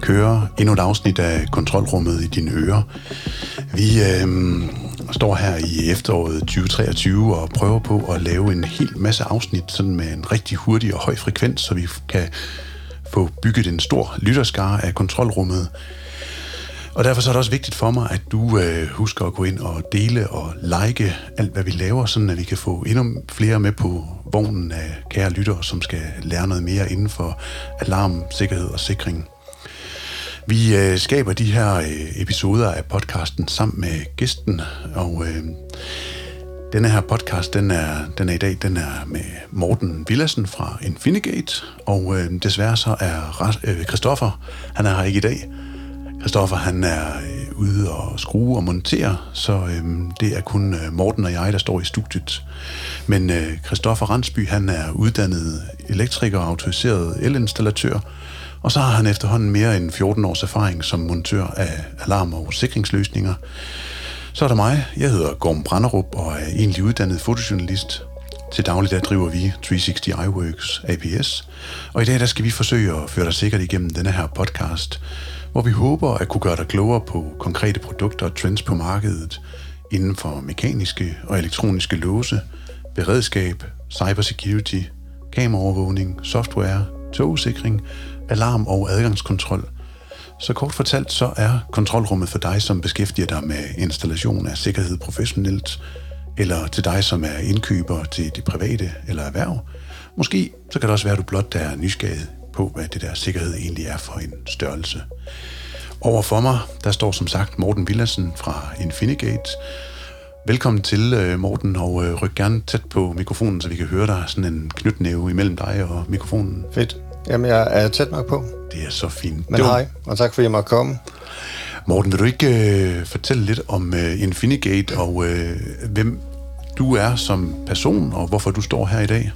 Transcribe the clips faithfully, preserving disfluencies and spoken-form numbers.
kører endnu et afsnit af Kontrolrummet i dine ører. Vi øh, står her i efteråret tyve treogtyve og prøver på at lave en hel masse afsnit sådan med en rigtig hurtig og høj frekvens, så vi kan få bygget en stor lytterskare af Kontrolrummet. Og derfor så er det også vigtigt for mig, at du øh, husker at gå ind og dele og like alt, hvad vi laver, sådan at vi kan få endnu flere med på vognen af kære lyttere, som skal lære noget mere inden for alarm, sikkerhed og sikring. Vi øh, skaber de her øh, episoder af podcasten sammen med gæsten, og øh, denne her podcast, den er, den er i dag, den er med Morten Villadsen fra Infinigate, og øh, desværre så er øh, Christoffer, han er her ikke i dag. Christoffer, han er øh, ude og skrue og montere, så øh, det er kun øh, Morten og jeg, der står i studiet. Men øh, Christoffer Randsby, han er uddannet elektriker og autoriseret elinstallatør, og så har han efterhånden mere end fjorten års erfaring som montør af alarm- og sikringsløsninger. Så er der mig, jeg hedder Gorm Branderup og er egentlig uddannet fotojournalist. Til daglig der driver vi tre sixty iWorks A P S, og i dag der skal vi forsøge at føre dig sikkert igennem denne her podcast, hvor vi håber at kunne gøre dig klogere på konkrete produkter og trends på markedet inden for mekaniske og elektroniske låse, beredskab, cybersecurity, kameraovervågning, software, togsikring, alarm og adgangskontrol. Så kort fortalt så er Kontrolrummet for dig, som beskæftiger dig med installation af sikkerhed professionelt, eller til dig, som er indkøber til det private eller erhverv. Måske så kan det også være, at du blot er nysgerrig på, hvad det der sikkerhed egentlig er for en størrelse. Overfor mig, der står som sagt Morten Villadsen fra Infinigate. Velkommen til, Morten, og ryk gerne tæt på mikrofonen, så vi kan høre dig, sådan en knytnæve imellem dig og mikrofonen. Fedt. Jamen, jeg er tæt nok på. Det er så fint. Men hej, og tak fordi jeg måtte komme. Morten, vil du ikke øh, fortælle lidt om øh, Infinigate og øh, hvem du er som person, og hvorfor du står her i dag?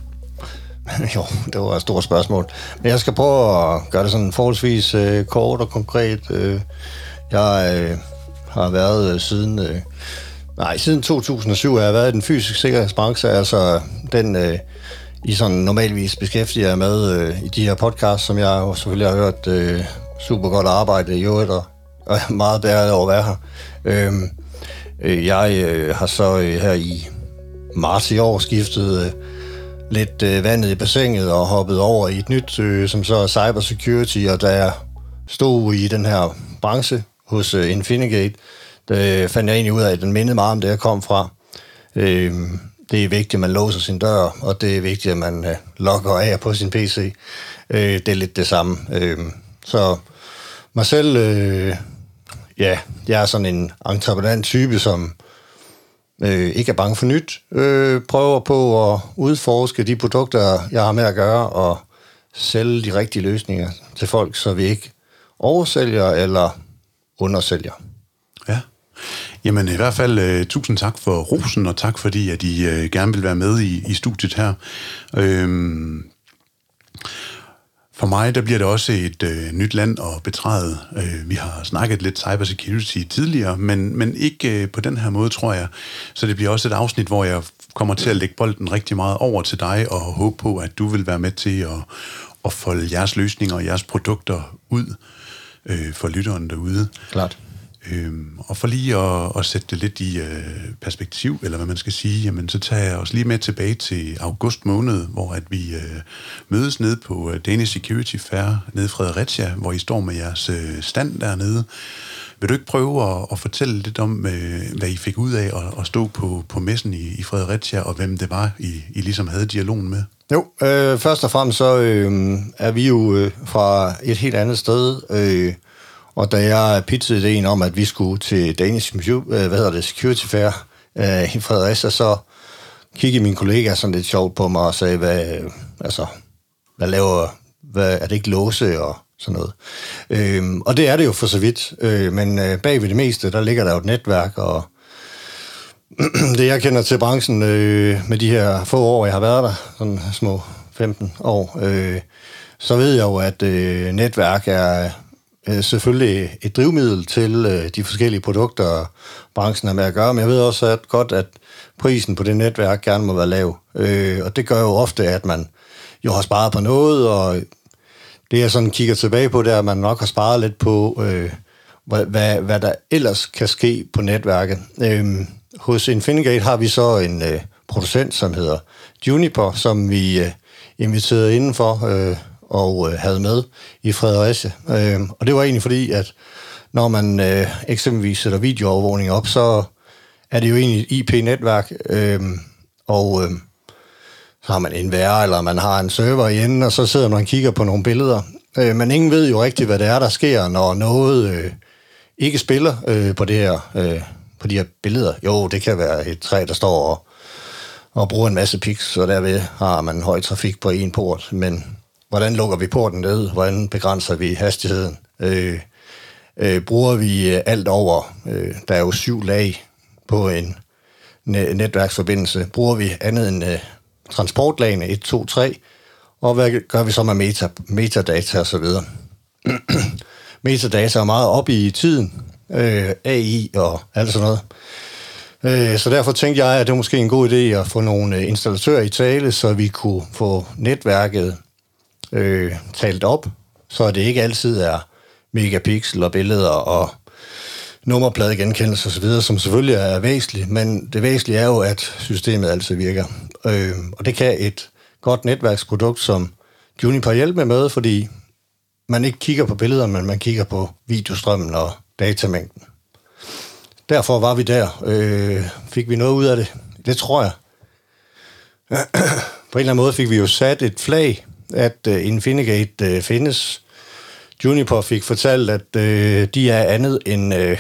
Jo, det var et stort spørgsmål. Men jeg skal prøve at gøre det sådan forholdsvis øh, kort og konkret. Øh, jeg øh, har været øh, siden... Øh, nej, siden to tusind og syv har jeg været i den fysiske sikkerhedsbranche, altså den... Øh, I sådan normalvis beskæftiger jeg med øh, i de her podcasts, som jeg jo selvfølgelig har hørt øh, super godt arbejde i øvrigt, og, og meget bedre over at være her. Øh, øh, jeg øh, har så øh, her i marts i år skiftet øh, lidt øh, vandet i bassinet og hoppet over i et nyt, øh, som så er cybersecurity, og da jeg stod i den her branche hos øh, Infinigate, der fandt jeg egentlig ud af, at den mindede meget om det, jeg kom fra. Øh, Det er vigtigt, at man låser sin dør, og det er vigtigt, at man øh, logger af på sin P C. Øh, det er lidt det samme. Øh, så mig selv, øh, ja, jeg er sådan en entreprenant type, som øh, ikke er bange for nyt. Øh, prøver på at udforske de produkter, jeg har med at gøre, og sælge de rigtige løsninger til folk, så vi ikke oversælger eller undersælger. Ja. Jamen i hvert fald uh, tusind tak for rosen, og tak fordi, at I uh, gerne vil være med i, i studiet her. Øhm, for mig, der bliver det også et uh, nyt land at betræde. Uh, vi har snakket lidt cybersecurity tidligere, men, men ikke uh, på den her måde, tror jeg. Så det bliver også et afsnit, hvor jeg kommer til at lægge bolden rigtig meget over til dig, og håbe på, at du vil være med til at, at folde jeres løsninger og jeres produkter ud uh, for lytteren derude. Klart. Øhm, og for lige at, at sætte det lidt i øh, perspektiv, eller hvad man skal sige, jamen, så tager jeg os lige med tilbage til august måned, hvor at vi øh, mødes nede på Danish Security Fair nede i Fredericia, hvor I står med jeres øh, stand dernede. Vil du ikke prøve at, at fortælle lidt om, øh, hvad I fik ud af at, at stå på, på messen i, i Fredericia, og hvem det var, I, I ligesom havde dialogen med? Jo, øh, først og fremmest så øh, er vi jo øh, fra et helt andet sted, øh, og da jeg pitchede ideen om, at vi skulle til Danish hvad hedder det, Security Fair øh, i Fredericia, så kiggede min kollega sådan lidt sjovt på mig og sagde, hvad, altså, hvad laver, hvad, er det ikke låse og sådan noget. Øh, og det er det jo for så vidt, øh, men øh, bag ved det meste, der ligger der jo et netværk, og det jeg kender til branchen øh, med de her få år, jeg har været der, sådan små femten år, øh, så ved jeg jo, at øh, netværk er selvfølgelig et drivmiddel til øh, de forskellige produkter, branchen har med at gøre, men jeg ved også at godt, at prisen på det netværk gerne må være lav. Øh, og det gør jo ofte, at man jo har sparet på noget, og det jeg sådan kigger tilbage på, det er, at man nok har sparet lidt på, øh, hvad, hvad, hvad der ellers kan ske på netværket. Øh, hos Infinigate har vi så en øh, producent, som hedder Juniper, som vi øh, inviterede indenfor øh, og øh, havde med i Fredericia. Øh, og det var egentlig fordi, at når man øh, eksempelvis sætter videoovervågning op, så er det jo egentlig et I P-netværk, øh, og øh, så har man en V R, eller man har en server i enden, og så sidder man og kigger på nogle billeder. Øh, men ingen ved jo rigtigt, hvad det er, der sker, når noget øh, ikke spiller øh, på det her, øh, på de her billeder. Jo, det kan være et træ, der står og, og bruger en masse piks, og derved har man høj trafik på en port. Men hvordan lukker vi porten ned? Hvordan begrænser vi hastigheden? Øh, øh, bruger vi alt over? Øh, der er jo syv lag på en netværksforbindelse. Bruger vi andet end øh, transportlagene et, to, tre, og hvad gør vi så med meta, metadata og så videre. Metadata er meget op i tiden, øh, A I og alt sådan noget. Øh, så derfor tænkte jeg, at det var måske en god idé at få nogle installatører i tale, så vi kunne få netværket øh, talt op, så det ikke altid er megapixel og billeder og nummerpladegenkendelse og så videre, som selvfølgelig er væsentligt, men det væsentlige er jo, at systemet altid virker. Øh, og det kan et godt netværksprodukt som Juniper hjælpe med, fordi man ikke kigger på billeder, men man kigger på videostrømmen og datamængden. Derfor var vi der. Øh, fik vi noget ud af det? Det tror jeg. På en eller anden måde fik vi jo sat et flag, at uh, Infinigate uh, findes. Juniper fik fortalt, at uh, de er andet end uh,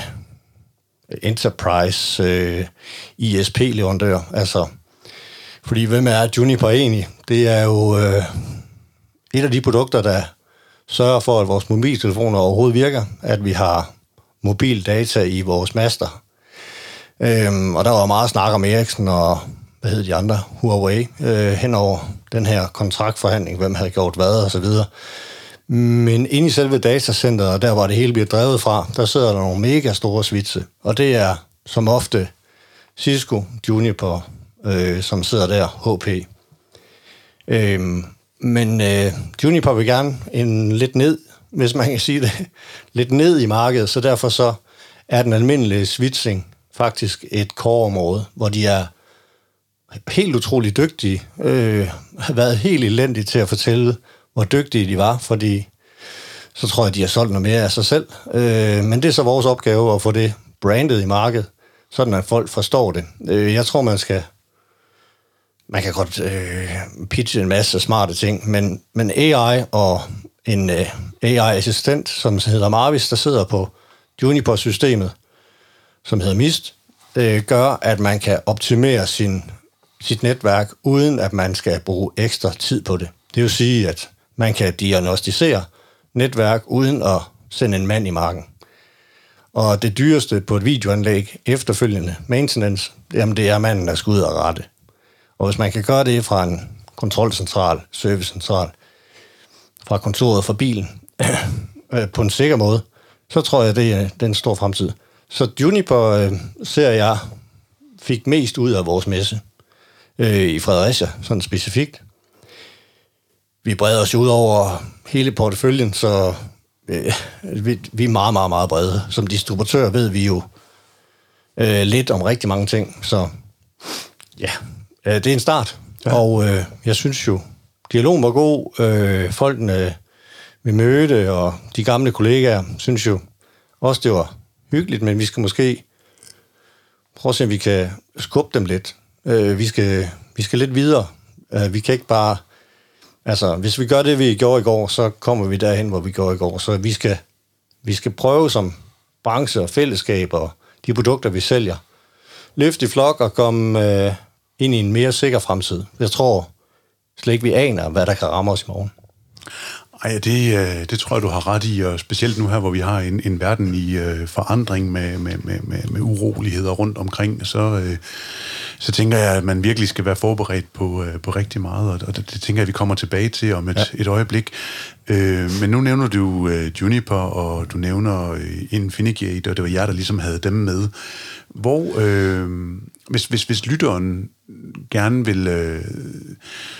Enterprise uh, I S P-leverandør. Altså, fordi hvem er Juniper egentlig? Det er jo uh, et af de produkter, der sørger for, at vores mobiltelefoner overhovedet virker, at vi har mobildata i vores master. Øhm, og der var meget snak om Ericsson og, hvad hedder de andre, Huawei, øh, hen over den her kontraktforhandling, hvem havde gjort hvad og så videre. Men inde i selve datacenteret, der hvor det hele bliver drevet fra, der sidder der nogle mega store switche, og det er som ofte Cisco, Juniper, øh, som sidder der, H P. Øhm, men øh, Juniper vil gerne en lidt ned, hvis man kan sige det, lidt ned i markedet, så derfor så er den almindelige switching faktisk et core-område, hvor de er helt utrolig dygtige, øh, har været helt elendige til at fortælle, hvor dygtige de var, fordi så tror jeg, de har solgt noget mere af sig selv. Øh, men det er så vores opgave at få det brandet i markedet, sådan at folk forstår det. Øh, jeg tror, man skal man kan godt øh, pitche en masse smarte ting, men, men A I og en øh, A I-assistent, som hedder Marvis, der sidder på Juniper-systemet, som hedder Mist, øh, gør, at man kan optimere sin, sit netværk, uden at man skal bruge ekstra tid på det. Det vil sige, at man kan diagnostisere netværk, uden at sende en mand i marken. Og det dyreste på et videoanlæg, efterfølgende maintenance, jamen det er manden, der skal ud og rette. Og hvis man kan gøre det fra en kontrolcentral, servicecentral, fra kontoret, fra bilen, på en sikker måde, så tror jeg, det er, det er en stor fremtid. Så Juniper, øh, ser jeg, fik mest ud af vores messe øh, i Fredericia, sådan specifikt. Vi breder os ud over hele porteføljen, så øh, vi, vi er meget, meget, meget brede. Som distributør ved vi jo øh, lidt om rigtig mange ting, så ja, øh, det er en start. Ja. Og øh, jeg synes jo, dialogen var god. Øh, folkene vi mødte, og de gamle kollegaer, synes jo også, det var hyggeligt, men vi skal måske prøve at se, om vi kan skubbe dem lidt. Øh, vi, skal, vi skal lidt videre. Øh, vi kan ikke bare... Altså, hvis vi gør det, vi gjorde i går, så kommer vi derhen, hvor vi gjorde i går. Så vi skal, vi skal prøve som branche og fællesskab og de produkter, vi sælger, løfte i flok og komme øh, ind i en mere sikker fremtid. Jeg tror slet ikke, vi aner, hvad der kan ramme os i morgen. Ej, det, det tror jeg, du har ret i, og specielt nu her, hvor vi har en, en verden i øh, forandring med, med, med, med, med uroligheder rundt omkring, så, øh, så tænker jeg, at man virkelig skal være forberedt på, øh, på rigtig meget, og det, det tænker jeg, vi kommer tilbage til om et, ja. et øjeblik. Øh, men nu nævner du øh, Juniper, og du nævner øh, Infinigate, og det var jer, der ligesom havde dem med. Hvor, øh, hvis, hvis, hvis lytteren gerne vil... Øh,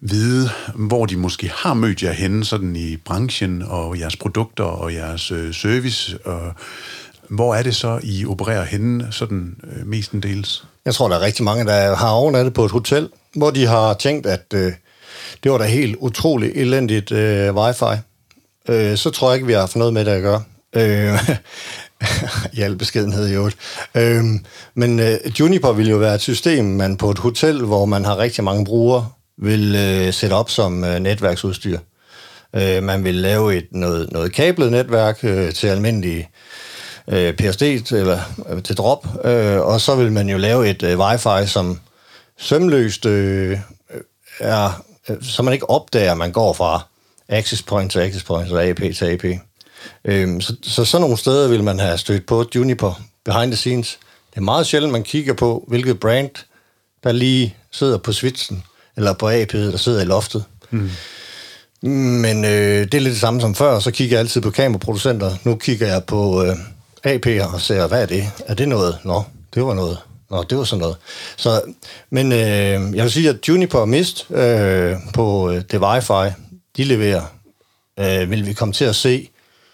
vide, hvor de måske har mødt jer henne, sådan i branchen, og jeres produkter og jeres øh, service, og hvor er det så, I opererer henne, sådan øh, mestendels? Jeg tror, der er rigtig mange, der har overnattet på et hotel, hvor de har tænkt, at øh, det var da helt utroligt elendigt øh, wifi. Øh, så tror jeg ikke, vi har haft noget med det at gøre. Øh, I al beskedenhed i øvrigt. Øh, men øh, Juniper vil jo være et system, man på et hotel, hvor man har rigtig mange brugere, vil øh, sætte op som øh, netværksudstyr. Øh, man vil lave et noget, noget kablet netværk øh, til almindelige øh, P S D eller øh, til drop, øh, og så vil man jo lave et øh, wifi, som sømløst øh, er, øh, så man ikke opdager, at man går fra access point til access point, eller A P til A P. Øh, så, så sådan nogle steder vil man have stødt på Juniper behind the scenes. Det er meget sjældent, man kigger på, hvilket brand, der lige sidder på switchen, eller på A P'et, der sidder i loftet. Mm. Men øh, det er lidt det samme som før, så kigger jeg altid på kameraproducenter. Nu kigger jeg på øh, A P'er og ser, hvad er det? Er det noget? Nå, det var noget. Nå, det var sådan noget. Så, men øh, jeg vil sige, at Juniper og Mist øh, på øh, det Wi-Fi, de leverer, øh, vil vi komme til at se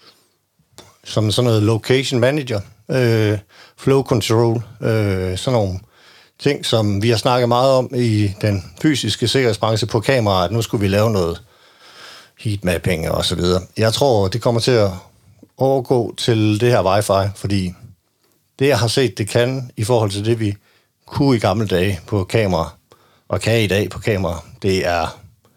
som sådan noget location manager, øh, flow control, øh, sådan nogle ting, som vi har snakket meget om i den fysiske sikkerhedsbranche på kamera, at nu skulle vi lave noget heatmapping og så videre. Jeg tror, det kommer til at overgå til det her wifi, fordi det, jeg har set, det kan i forhold til det, vi kunne i gamle dage på kamera, og kan i dag på kamera, det er,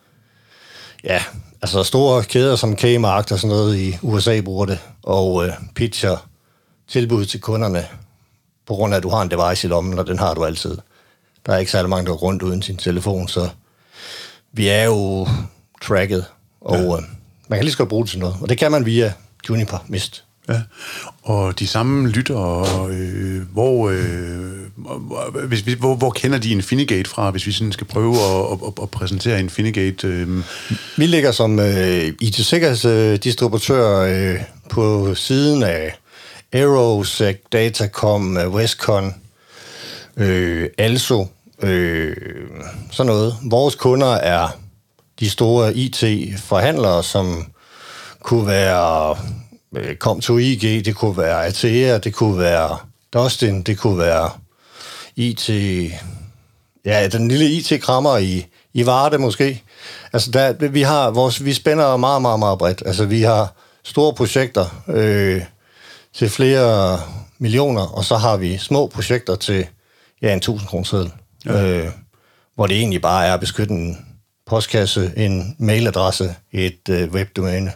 ja, altså store kæder som Kmart og sådan noget i U S A bruger det, og øh, pitcher tilbud til kunderne, på grund af, at du har en device i lommen, og den har du altid. Der er ikke særlig mange, der går rundt uden sin telefon, så vi er jo tracket, og ja. øh, man kan lige så godt bruge det til noget, og det kan man via Juniper Mist. Ja, og de samme lyttere, øh, hvor, øh, hvis, hvor, hvor kender de Infinigate fra, hvis vi sådan skal prøve at, at, at præsentere Infinigate? Øh. Vi ligger som øh, I T-sikkerhedsdistributør øh, på siden af Aerosec, Datacom, Westcon, øh, Also, øh, sådan noget. Vores kunder er de store I T-forhandlere, som kunne være øh, Com2I G, det kunne være Atea, det kunne være Dustin, det kunne være I T, ja, den lille I T-krammer i, i Varde måske. Altså, der, vi har vores, vi spænder meget, meget, meget bredt. Altså, vi har store projekter, øh, til flere millioner, og så har vi små projekter til ja, en tusind kroner seddel, ja. øh, hvor det egentlig bare er at beskytte en postkasse, en mailadresse, et øh, webdomæne.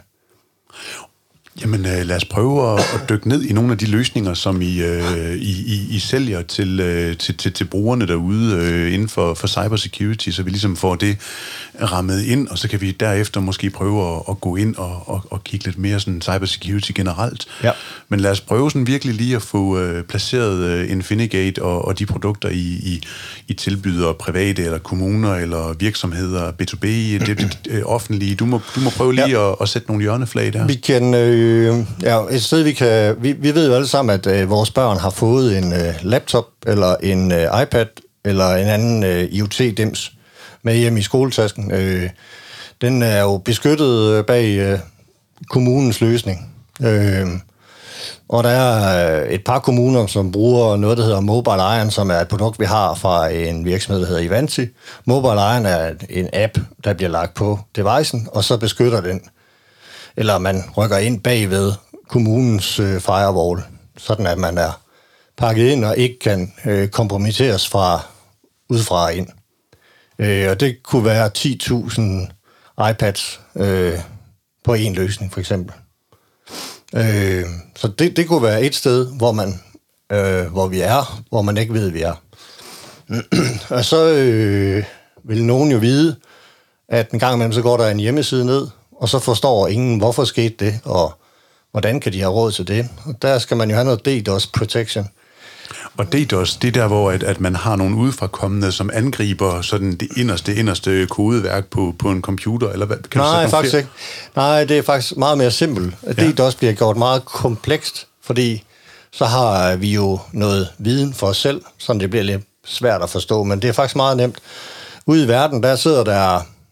Jamen øh, lad os prøve at, at dykke ned i nogle af de løsninger, som I, øh, I, I, I sælger til, øh, til, til, til brugerne derude øh, inden for, for cybersecurity, så vi ligesom får det rammet ind, og så kan vi derefter måske prøve at, at gå ind og, og, og kigge lidt mere sådan cybersecurity generelt. Ja. Men lad os prøve sådan virkelig lige at få øh, placeret øh, Infinigate og, og de produkter, I, I, I tilbyder private eller kommuner eller virksomheder, B to B, det, det, det offentlige. Du må, du må prøve lige ja. at, at sætte nogle hjørneflag der. Vi kan... Øh Ja, et sted vi kan... Vi, vi ved jo alle sammen, at øh, vores børn har fået en øh, laptop, eller en øh, iPad, eller en anden øh, I O T-dims med hjem i skoletasken. Øh, den er jo beskyttet bag øh, kommunens løsning. Øh, og der er et par kommuner, som bruger noget, der hedder Mobile Iron, som er et produkt, vi har fra en virksomhed, der hedder Ivanti. Mobile Iron er en app, der bliver lagt på devicen, og så beskytter den, eller man rykker ind bagved kommunens øh, firewall, sådan at man er pakket ind og ikke kan øh, kompromitteres fra udefra og ind. Øh, og det kunne være ti tusind iPads øh, på en løsning, for eksempel. Øh, så det, det kunne være et sted, hvor man, øh, hvor vi er, hvor man ikke ved, at vi er. Og så øh, vil nogen jo vide, at en gang imellem så går der en hjemmeside ned, og så forstår ingen, hvorfor skete det, og hvordan kan de have råd til det. Og der skal man jo have noget DDoS protection. Og DDoS, det er der, hvor at, at man har nogle udefrakommende, som angriber sådan det inderste, inderste kodeværk på, på en computer, eller hvad? Kan Nej, du faktisk flere? ikke. Nej, det er faktisk meget mere simpelt. Ja. DDoS bliver gjort meget komplekst, fordi så har vi jo noget viden for os selv, så det bliver lidt svært at forstå, men det er faktisk meget nemt. Ude i verden, der sidder der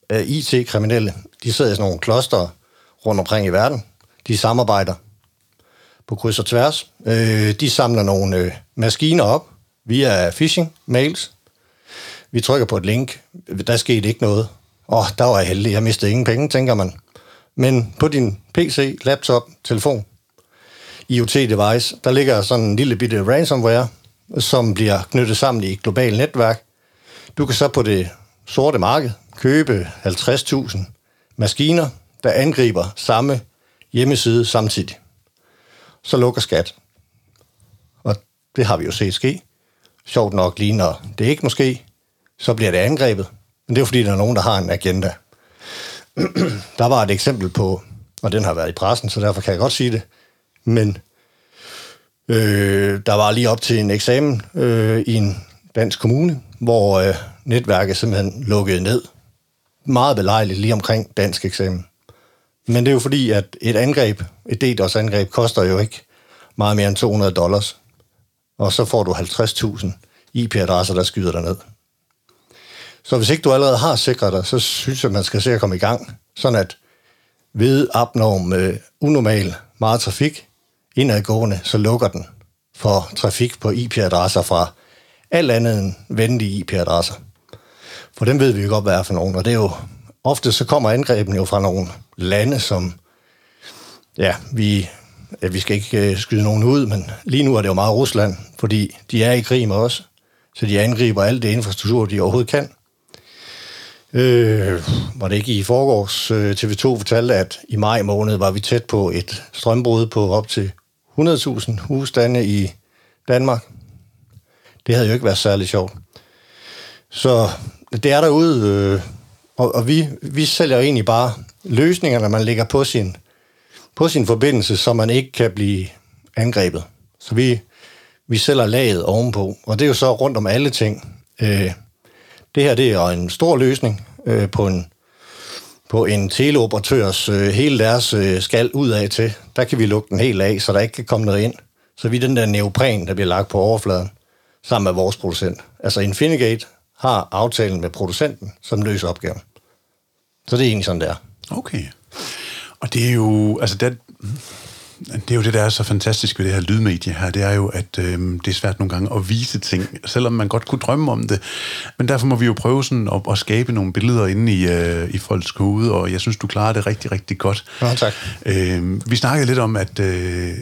af I T-kriminelle, de sidder i sådan nogle kloster rundt omkring i verden. De samarbejder på kryds og tværs. Øh, de samler nogle øh, maskiner op via phishing-mails. Vi trykker på et link. Der skete ikke noget. Åh, oh, der var jeg heldig. Jeg mistede ingen penge, tænker man. Men på din P C, laptop, telefon, I O T-device, der ligger sådan en lille bitte ransomware, som bliver knyttet sammen i et globalt netværk. Du kan så på det sorte marked købe halvtreds tusind maskiner, der angriber samme hjemmeside samtidig. Så lukker skat. Og det har vi jo set ske. Sjovt nok lige når det ikke måske, så bliver det angrebet. Men det er jo fordi, der er nogen, der har en agenda. Der var et eksempel på, og den har været i pressen, så derfor kan jeg godt sige det, men øh, der var lige op til en eksamen øh, i en dansk kommune, hvor øh, netværket simpelthen lukkede ned. Meget belejligt lige omkring dansk eksamen. Men det er jo fordi, at et angreb, et DDoS-angreb, koster jo ikke meget mere end to hundrede dollars. Og så får du halvtreds tusind I P-adresser, der skyder dig ned. Så hvis ikke du allerede har sikret dig, så synes jeg, man skal se at komme i gang. Sådan at ved abnorm øh, unormal meget trafik indadgående, så lukker den for trafik på I P-adresser fra alt andet end venlige I P-adresser. For dem ved vi jo godt, hvad er for nogen. Og det er jo ofte så kommer angrebene jo fra nogle lande, som ja, vi, ja, vi skal ikke øh, skyde nogen ud, men lige nu er det jo meget Rusland, fordi de er i krig med os, så de angriber alt det infrastruktur, de overhovedet kan. Øh, var det ikke i forgårs øh, T V to fortalte, at i maj måned var vi tæt på et strømbrud på op til hundrede tusind husstande i Danmark. Det havde jo ikke været særlig sjovt. Så det er derude, øh, og, og vi, vi sælger egentlig bare løsninger, når man lægger på sin, på sin forbindelse, så man ikke kan blive angrebet. Så vi, vi sælger laget ovenpå, og det er jo så rundt om alle ting. Øh, det her det er en stor løsning øh, på en, på en teleoperatørs øh, hele deres øh, skal ud af til. Der kan vi lukke den helt af, så der ikke kan komme noget ind. Så vi er den der neopren, der bliver lagt på overfladen, sammen med vores producent. Altså Infinigate har aftalen med producenten, som løser opgaven. Så det er egentlig sådan, det er. Okay. Og det er jo, altså det, det er jo det, der er så fantastisk ved det her lydmedie her, det er jo, at øh, det er svært nogle gange at vise ting, selvom man godt kunne drømme om det. Men derfor må vi jo prøve sådan at, at skabe nogle billeder inde i, øh, i folks hoved, og jeg synes, du klarer det rigtig, rigtig godt. Ja, tak. Øh, vi snakkede lidt om, at øh,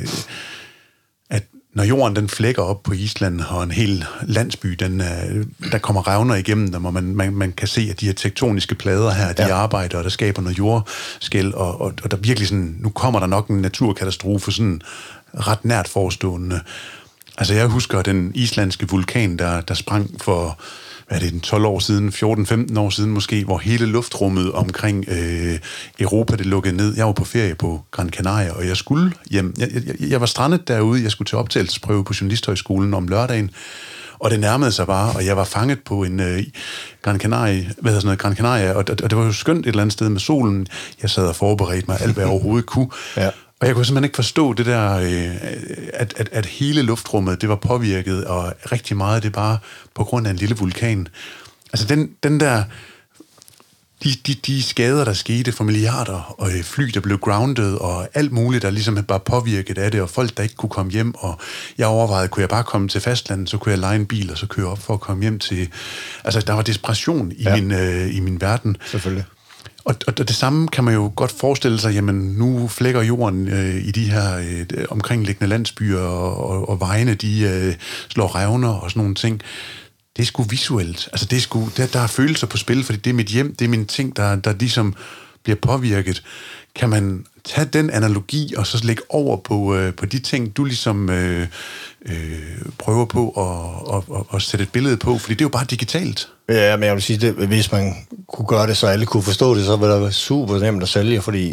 at når jorden den flækker op på Island, og en hel landsby, den, der kommer revner igennem dem, og man, man, man kan se, at de her tektoniske plader her, de ja. arbejder, og der skaber noget jordskæl, og, og, og der virkelig sådan, nu kommer der nok en naturkatastrofe, sådan ret nært forestående. Altså jeg husker den islandske vulkan, der, der sprang for, hvad er det, tolv år siden, fjorten femten år siden måske, hvor hele luftrummet omkring øh, Europa, det lukkede ned. Jeg var på ferie på Gran Canaria, og jeg skulle hjem. Jeg, jeg, jeg var strandet derude, jeg skulle til optagelsesprøve på Journalisthøjskolen om lørdagen, og det nærmede sig bare, og jeg var fanget på en øh, Gran Canaria, hvad hedder sådan noget, Gran Canaria, og, og det var jo skønt et eller andet sted med solen. Jeg sad og forberedte mig alt, hvad jeg overhovedet kunne. Ja. Og jeg kunne simpelthen ikke forstå det der, øh, at, at, at hele luftrummet, det var påvirket, og rigtig meget det bare på grund af en lille vulkan. Altså den, den der, de, de, de skader, der skete for milliarder, og fly, der blev grounded, og alt muligt, der ligesom bare påvirket af det, og folk, der ikke kunne komme hjem, og jeg overvejede, kunne jeg bare komme til fastlandet, så kunne jeg leje en bil, og så køre op for at komme hjem til... Altså, der var desperation i, ja. min, øh, i min verden. Selvfølgelig. Og, og det samme kan man jo godt forestille sig, jamen nu flækker jorden øh, i de her øh, omkringliggende landsbyer, og, og, og vejene, de øh, slår revner og sådan nogle ting. Det er sgu visuelt. Altså det er sgu, der, der er følelser på spil, fordi det er mit hjem, det er mine ting, der, der ligesom bliver påvirket. Kan man tage den analogi og så lægge over på, øh, på de ting, du ligesom øh, øh, prøver på at, at, at, at sætte et billede på, fordi det er jo bare digitalt. Ja, men jeg vil sige, det, hvis man kunne gøre det, så alle kunne forstå det, så ville det være super nemt at sælge, fordi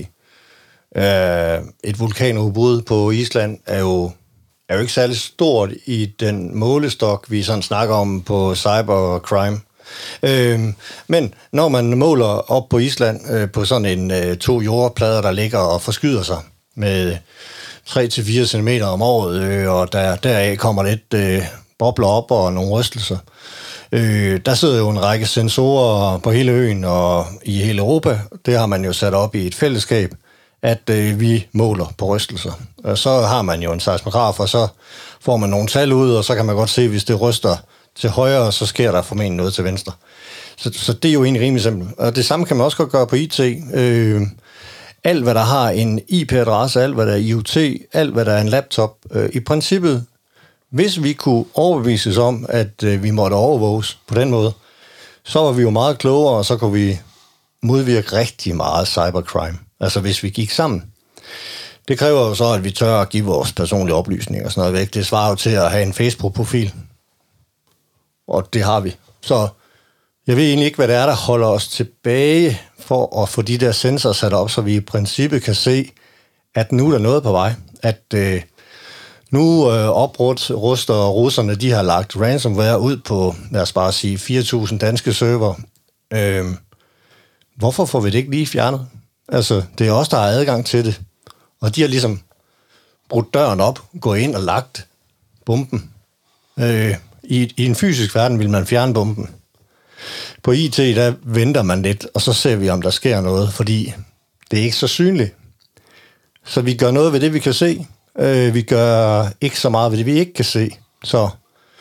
øh, et vulkanudbrud på Island er jo, er jo ikke særlig stort i den målestok, vi sådan snakker om på cybercrime. Øh, men når man måler op på Island øh, på sådan en øh, to jordplader, der ligger og forskyder sig med tre til fire centimeter om året, øh, og der, deraf kommer lidt øh, bobler op og nogle rystelser, Øh, der sidder jo en række sensorer på hele øen og i hele Europa. Det har man jo sat op i et fællesskab, at øh, vi måler på rystelser. Og så har man jo en seismograf, og så får man nogle tal ud, og så kan man godt se, hvis det ryster til højre, så sker der formentlig noget til venstre. Så, så det er jo egentlig rimelig simpelt. Og det samme kan man også godt gøre på I T. Øh, alt, hvad der har en I P-adresse, alt, hvad der er I O T, alt, hvad der er en laptop, øh, i princippet, hvis vi kunne overbevises om, at øh, vi måtte overvåges på den måde, så var vi jo meget klogere, og så kunne vi modvirke rigtig meget cybercrime. Altså hvis vi gik sammen. Det kræver jo så, at vi tør at give vores personlige oplysninger og sådan noget væk. Det svarer jo til at have en Facebook-profil. Og det har vi. Så jeg ved egentlig ikke, hvad det er, der holder os tilbage for at få de der sensorer sat op, så vi i princippet kan se, at nu er der noget på vej. At øh, nu øh, opruster russerne, de har lagt ransomware ud på, lad os bare sige, fire tusind danske server. Øh, hvorfor får vi det ikke lige fjernet? Altså, det er os, der har adgang til det. Og de har ligesom brudt døren op, gået ind og lagt bomben. Øh, i, I en fysisk verden vil man fjerne bomben. På I T, der venter man lidt, og så ser vi, om der sker noget, fordi det er ikke så synligt. Så vi gør noget ved det, vi kan se. Øh, vi gør ikke så meget ved det, vi ikke kan se. Så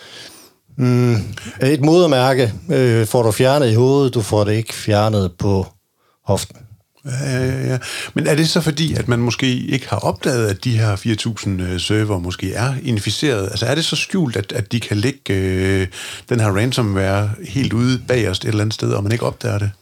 mm, et modermærke øh, får du fjernet i hovedet, du får det ikke fjernet på hoften. Ja, ja, ja. Men er det så fordi, at man måske ikke har opdaget, at de her fire tusind server måske er inficeret? Altså er det så skjult, at, at de kan lægge øh, den her ransomware helt ude bag os et eller andet sted, og man ikke opdager det?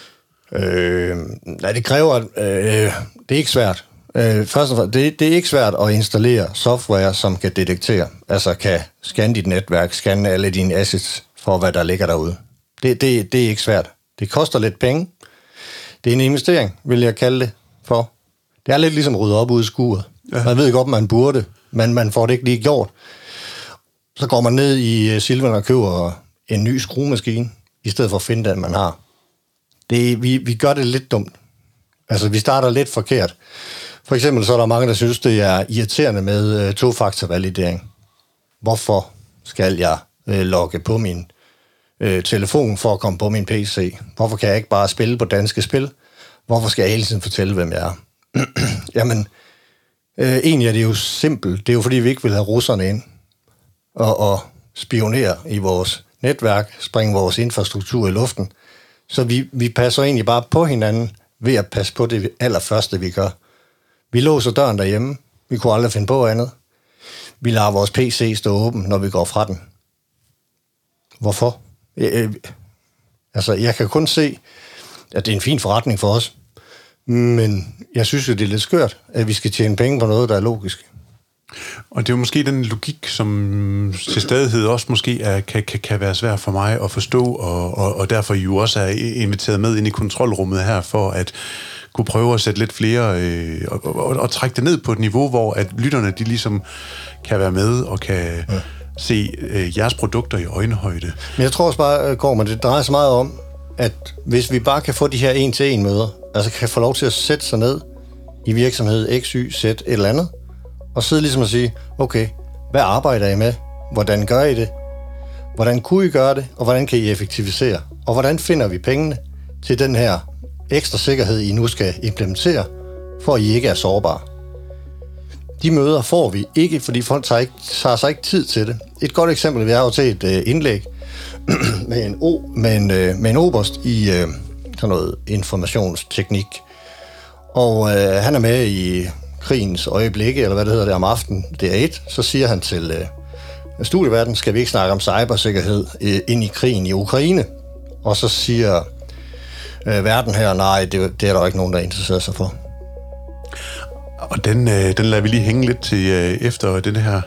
Øh, nej, det kræver... Øh, det er ikke svært. Øh, først og fremmest, det, det er ikke svært at installere software, som kan detektere, altså kan scanne dit netværk, scanne alle dine assets for, hvad der ligger derude. Det, det, det er ikke svært. Det koster lidt penge. Det er en investering, vil jeg kalde det for. Det er lidt ligesom at rydde op ud i skuret. Ja. Man ved godt, man burde, men man får det ikke lige gjort. Så går man ned i Silvan og køber en ny skruemaskine, i stedet for at finde den, man har. Det, vi, vi gør det lidt dumt. Altså, vi starter lidt forkert. For eksempel så er der mange, der synes, det er irriterende med uh, tofaktorvalidering. Hvorfor skal jeg uh, logge på min uh, telefon for at komme på min P C? Hvorfor kan jeg ikke bare spille på danske spil? Hvorfor skal jeg hele tiden fortælle, hvem jeg er? Jamen, uh, egentlig er det jo simpelt. Det er jo fordi, vi ikke vil have russerne ind og, og spionere i vores netværk, springe vores infrastruktur i luften. Så vi, vi passer egentlig bare på hinanden ved at passe på det allerførste, vi gør. Vi låser døren derhjemme. Vi kunne aldrig finde på andet. Vi lader vores P C stå åben, når vi går fra den. Hvorfor? Jeg, jeg, altså, jeg kan kun se, at det er en fin forretning for os. Men jeg synes jo, det er lidt skørt, at vi skal tjene penge på noget, der er logisk. Og det er jo måske den logik, som til stadighed også måske er, kan, kan, kan være svær for mig at forstå, og, og, og derfor jo også er inviteret med ind i kontrolrummet her, for at kunne prøve at sætte lidt flere, øh, og, og, og trække det ned på et niveau, hvor at lytterne, de ligesom kan være med, og kan ja. se øh, jeres produkter i øjenhøjde. Men jeg tror også bare, Gorman, det drejer sig meget om, at hvis vi bare kan få de her en-til-en møder, altså kan få lov til at sætte sig ned i virksomhed X, Y, Z, et eller andet, og sidde ligesom og sige, okay, hvad arbejder I med? Hvordan gør I det? Hvordan kunne I gøre det? Og hvordan kan I effektivisere? Og hvordan finder vi pengene til den her ekstra sikkerhed, I nu skal implementere, for at I ikke er sårbare? De møder får vi ikke, fordi folk tager, ikke, tager sig ikke tid til det. Et godt eksempel, vi har jo til et øh, indlæg med en, o, med en, øh, med en oberst i øh, sådan noget informationsteknik. Og øh, han er med i krigens øjeblikke, eller hvad det hedder det, om aftenen, det er et, så siger han til øh, studieverden, skal vi ikke snakke om cybersikkerhed øh, ind i krigen i Ukraine? Og så siger øh, verden her, nej, det, det er der ikke nogen, der interesserer sig for. Og den, øh, den lader vi lige hænge lidt til øh, efter den her.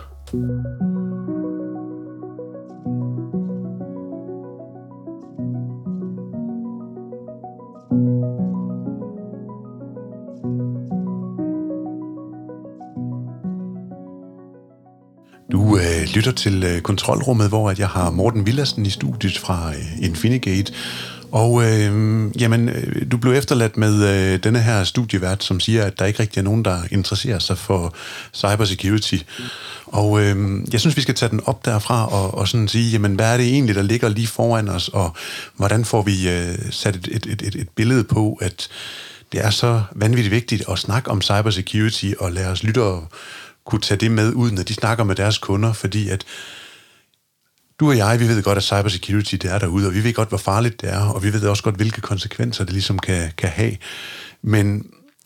Du øh, lytter til øh, kontrolrummet, hvor at jeg har Morten Villadsen i studiet fra øh, Infinigate, Og øh, jamen, du blev efterladt med øh, denne her studievært, som siger, at der ikke rigtig er nogen, der interesserer sig for cybersecurity. Og øh, jeg synes, vi skal tage den op derfra og, og sådan sige, jamen, hvad er det egentlig, der ligger lige foran os, og hvordan får vi øh, sat et, et, et, et billede på, at det er så vanvittigt vigtigt at snakke om cybersecurity, og lade os lyttere kunne tage det med ud, når de snakker med deres kunder, fordi at du og jeg, vi ved godt, at cybersecurity det er derude, og vi ved godt, hvor farligt det er, og vi ved også godt, hvilke konsekvenser det ligesom kan, kan have. Men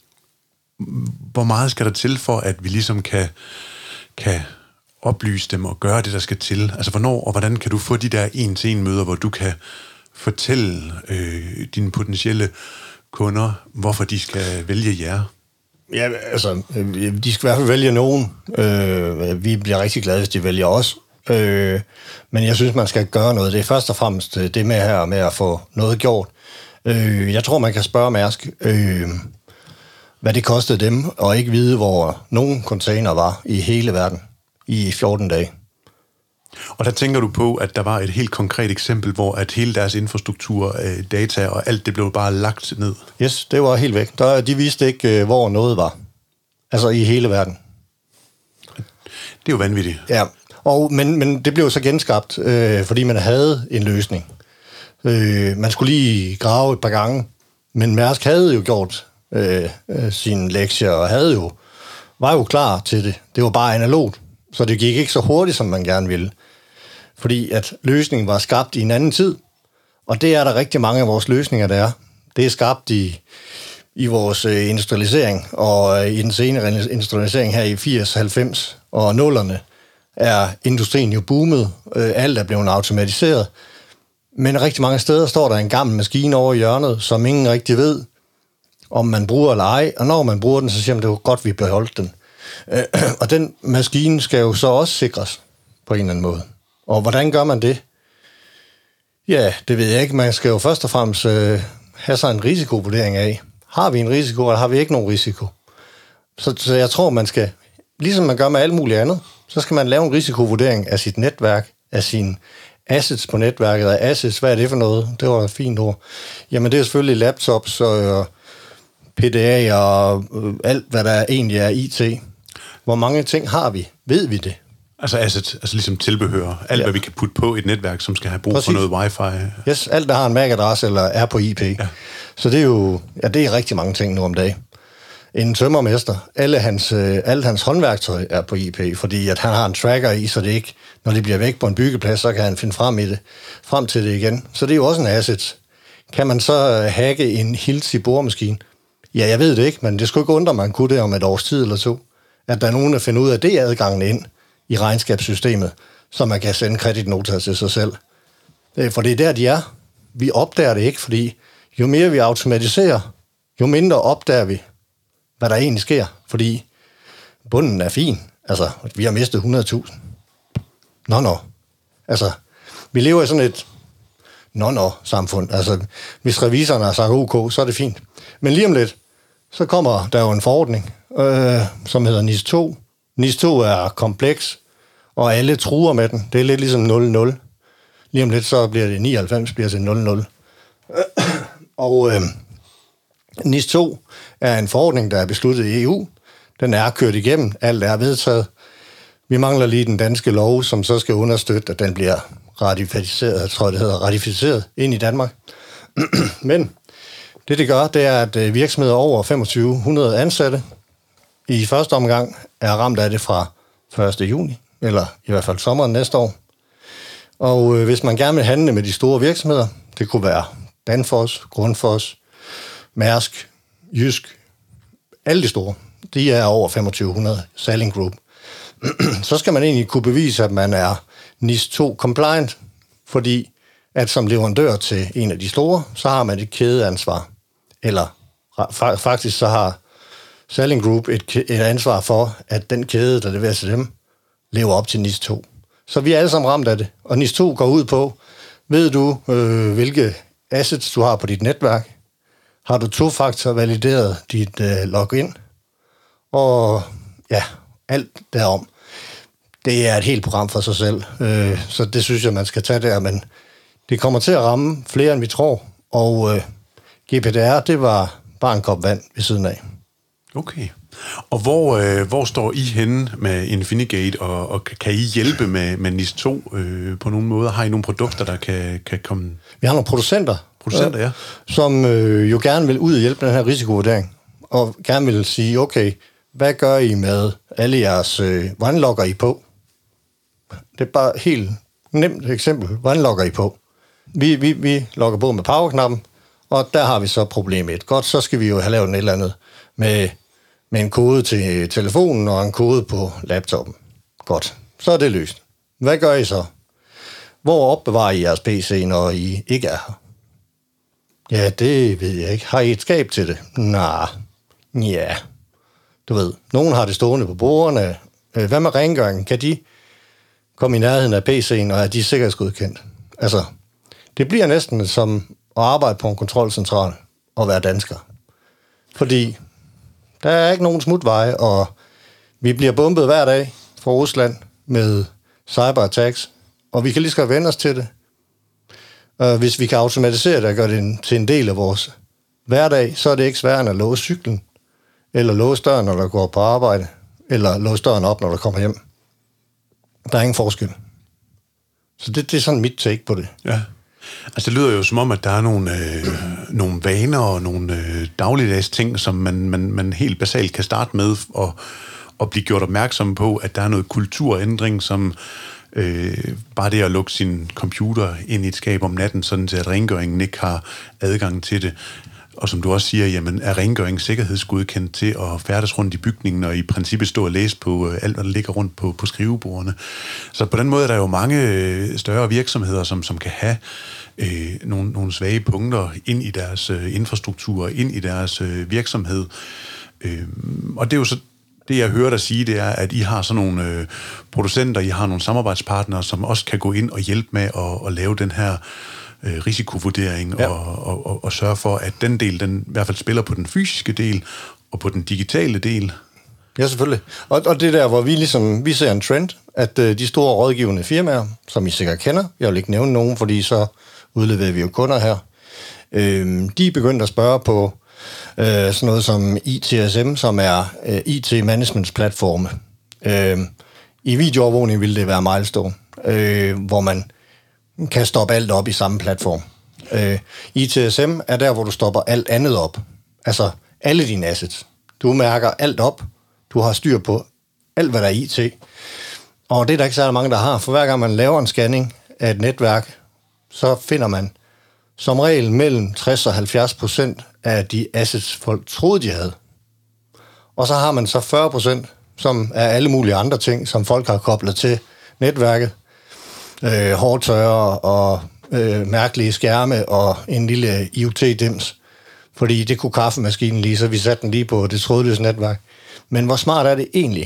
hvor meget skal der til for, at vi ligesom kan, kan oplyse dem og gøre det, der skal til? Altså, hvornår og hvordan kan du få de der en-til-en møder, hvor du kan fortælle øh, dine potentielle kunder, hvorfor de skal vælge jer? Ja, altså, de skal i hvert fald vælge nogen. Øh, vi bliver rigtig glade, hvis de vælger os. Øh, men jeg synes, man skal gøre noget. Det er først og fremmest det med her med at få noget gjort. Øh, jeg tror, man kan spørge Mærsk, øh, hvad det kostede dem, og ikke vide, hvor nogen container var i hele verden i fjorten dage. Og der tænker du på, at der var et helt konkret eksempel, hvor at hele deres infrastruktur, data og alt det blev bare lagt ned? Yes, det var helt væk. Der, de vidste ikke, hvor noget var. Altså i hele verden. Det er jo vanvittigt. Ja, og, men, men det blev så genskabt, øh, fordi man havde en løsning. Øh, man skulle lige grave et par gange, men Mærsk havde jo gjort øh, øh, sine lektier, og havde jo, var jo klar til det. Det var bare analogt, så det gik ikke så hurtigt, som man gerne ville. Fordi at løsningen var skabt i en anden tid, og det er der rigtig mange af vores løsninger, der er. Det er skabt i, i vores øh, industrialisering, og øh, i den senere industrialisering her i firs, halvfems og nullerne, er industrien jo boomet. Øh, alt er blevet automatiseret. Men rigtig mange steder står der en gammel maskine over i hjørnet, som ingen rigtig ved, om man bruger eller ej. Og når man bruger den, så siger man, det er godt, vi beholdt den. Øh, og den maskine skal jo så også sikres på en eller anden måde. Og hvordan gør man det? Ja, det ved jeg ikke. Man skal jo først og fremmest øh, have sig en risikovurdering af. Har vi en risiko, eller har vi ikke nogen risiko? Så, så jeg tror, man skal, ligesom man gør med alt muligt andet, så skal man lave en risikovurdering af sit netværk, af sine assets på netværket. Og assets, hvad er det for noget? Det var et fint ord. Jamen, det er selvfølgelig laptops og P D A og øh, alt, hvad der egentlig er I T. Hvor mange ting har vi? Ved vi det? Altså asset, altså ligesom tilbehør. Alt, ja. Hvad vi kan putte på et netværk, som skal have brug Præcis. For noget wifi. Yes, alt, der har en M A C-adresse eller er på I P. Ja. Så det er jo, ja, det er rigtig mange ting nu om dagen. En tømmermester, alle hans, øh, alle hans håndværktøj er på I P, fordi at han har en tracker i, så det ikke, når det bliver væk på en byggeplads, så kan han finde frem, i det, frem til det igen. Så det er jo også en asset. Kan man så hacke en Hilti boremaskine? Ja, jeg ved det ikke, men det skulle ikke undre, man kunne det om et års tid eller to. At der er nogen, der finder ud af, det er adgangen ind i regnskabssystemet, så man kan sende kreditnoter til sig selv. For det er der, de er. Vi opdager det ikke, fordi jo mere vi automatiserer, jo mindre opdager vi, hvad der egentlig sker. Fordi bunden er fin. Altså, vi har mistet hundrede tusind. Nå, nå. Altså, vi lever i sådan et nå-nå-samfund. Altså, hvis revisoren har sagt ok, så er det fint. Men lige om lidt, så kommer der jo en forordning, øh, som hedder N I S to. N I S to er kompleks, og alle truer med den. Det er lidt ligesom nul nul. Lige om lidt, så bliver det nioghalvfems, bliver til nul nul. Og øh, N I S to er en forordning, der er besluttet i E U. Den er kørt igennem, alt er vedtaget. Vi mangler lige den danske lov, som så skal understøtte, at den bliver ratificeret, jeg tror det hedder, ratificeret ind i Danmark. Men det, det gør, det er, at virksomheder over femogtyve hundrede ansatte i første omgang er ramt af det fra første juni, eller i hvert fald sommeren næste år. Og øh, hvis man gerne vil handle med de store virksomheder, det kunne være Danfoss, Grundfos, Mærsk, Jysk, alle de store, de er over femogtyve hundrede, Salling Group. Så skal man egentlig kunne bevise, at man er N I S to compliant, fordi at som leverandør til en af de store, så har man et kædeansvar. Eller faktisk så har Salling Group et, et ansvar for, at den kæde, der leverer til dem, lever op til N I S to. Så vi er alle sammen ramt af det. Og N I S to går ud på, ved du, øh, hvilke assets du har på dit netværk? Har du to-faktor valideret dit øh, login? Og ja, alt derom. Det er et helt program for sig selv. Øh, så det synes jeg, man skal tage der. Men det kommer til at ramme flere, end vi tror. Og øh, G P D R, det var bare en kop vand ved siden af. Okay. Og hvor, øh, hvor står I henne med Infinigate, og, og kan I hjælpe med, med N I S to øh, på nogle måder? Har I nogle produkter, der kan, kan komme... Vi har nogle producenter, producenter ja. øh, som øh, jo gerne vil ud og hjælpe den her risikovurdering, og gerne vil sige, okay, hvad gør I med alle jeres... Øh, hvordan logger I på? Det er bare et helt nemt eksempel. Hvordan logger I på? Vi, vi, vi logger på med powerknappen, og der har vi så problem et. Godt, så skal vi jo have lavet et eller andet med... med en kode til telefonen og en kode på laptopen. Godt, så er det løst. Hvad gør I så? Hvor opbevarer I jeres P C, når I ikke er her? Ja, det ved jeg ikke. Har I et skab til det? Nej. Ja. Du ved, nogen har det stående på bordene. Hvad med rengøringen? Kan de komme i nærheden af P C'en, og er de sikkerhedsgodkendt? Altså, det bliver næsten som at arbejde på en kontrolcentral og være dansker. Fordi der er ikke nogen smutveje, og vi bliver bombet hver dag fra Rusland med cyberattacks, og vi kan lige så godt vende os til det. Og hvis vi kan automatisere det og gøre det til en del af vores hverdag, så er det ikke sværere end at låse cyklen, eller låse døren, når der går på arbejde, eller låse døren op, når der kommer hjem. Der er ingen forskel. Så det, det er sådan mit take på det. Ja. Altså det lyder jo som om, at der er nogle, øh, nogle vaner og nogle øh, dagligdags ting, som man, man, man helt basalt kan starte med og, og blive gjort opmærksom på, at der er noget kulturændring, som øh, bare det at lukke sin computer ind i et skab om natten, sådan til at rengøringen ikke har adgang til det. Og som du også siger, jamen, er rengøringen sikkerhedsgodkendt til at færdes rundt i bygningen og i princippet stå og læse på øh, alt, hvad der ligger rundt på, på skrivebordene. Så på den måde er der jo mange øh, større virksomheder, som, som kan have øh, nogle, nogle svage punkter ind i deres øh, infrastruktur, ind i deres øh, virksomhed. Øh, og det er jo så det, jeg hører dig sige, det er, at I har sådan nogle øh, producenter, I har nogle samarbejdspartnere, som også kan gå ind og hjælpe med at, at lave den her risikovurdering ja. og, og, og, og sørge for, at den del, den i hvert fald spiller på den fysiske del og på den digitale del. Ja, selvfølgelig. Og, og det der, hvor vi ligesom, vi ser en trend, at øh, de store rådgivende firmaer, som I sikkert kender, jeg vil ikke nævne nogen, fordi så udleverer vi jo kunder her, øh, de er begyndt at spørge på øh, sådan noget som I T S M, som er øh, I T-managementsplatforme. Øh, I videoovervågning ville det være Milestone, øh, hvor man kan stoppe alt op i samme platform. Øh, I T S M er der, hvor du stopper alt andet op. Altså alle dine assets. Du mærker alt op. Du har styr på alt, hvad der er I T. Og det er der ikke særlig mange, der har. For hver gang man laver en scanning af et netværk, så finder man som regel mellem tres og halvfjerds procent af de assets, folk troede, de havde. Og så har man så fyrre procent, som er alle mulige andre ting, som folk har koblet til netværket. Øh, hårdtørre og øh, mærkelige skærme og en lille I O T-dims, fordi det kunne kaffemaskinen lige, så vi satte den lige på det trådløse netværk. Men hvor smart er det egentlig?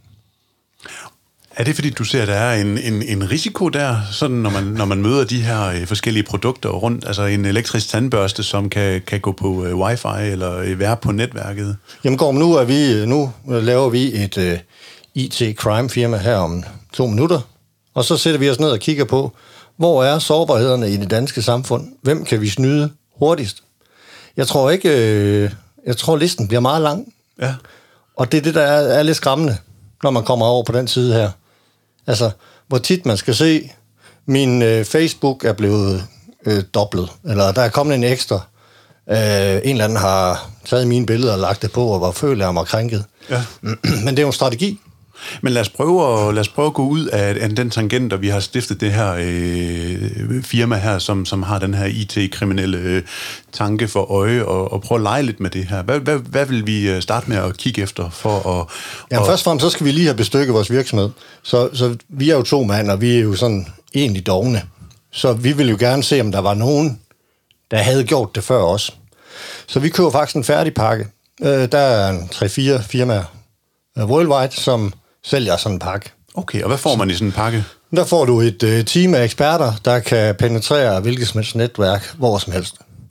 Er det fordi, du ser, at der er en, en, en risiko der, sådan når man, når man møder de her øh, forskellige produkter rundt, altså en elektrisk tandbørste, som kan, kan gå på øh, wifi eller øh, være på netværket? Jamen Gorm, nu, er vi, nu laver vi et øh, I T-crime-firma her om to minutter, og så sætter vi os ned og kigger på, hvor er sårbarhederne i det danske samfund? Hvem kan vi snyde hurtigst? Jeg tror ikke, øh, jeg tror listen bliver meget lang. Ja. Og det er det, der er, er lidt skræmmende, når man kommer over på den side her. Altså, hvor tit man skal se, min øh, Facebook er blevet øh, dobblet, eller der er kommet en ekstra. Øh, en eller anden har taget mine billeder og lagt det på, og hvor føler jeg mig krænket. Ja. Men det er jo en strategi. Men lad os prøve at, lad os prøve at gå ud af, af den tangent, og vi har stiftet det her øh, firma her, som, som har den her I T-kriminelle øh, tanke for øje, og, og prøve at lege lidt med det her. Hvad, hvad, hvad vil vi starte med at kigge efter for at... Ja, og... først og fremmest, så skal vi lige have bestykket vores virksomhed. Så, så vi er jo to mand, og vi er jo sådan egentlig dogne. Så vi vil jo gerne se, om der var nogen, der havde gjort det før os. Så vi køber faktisk en færdig pakke. Øh, der er tre-fire firmaer uh, worldwide, som sælger sådan en pakke. Okay, og hvad får man i sådan en pakke? Der får du et uh, team af eksperter, der kan penetrere hvilket som helst netværk, hvor som helst.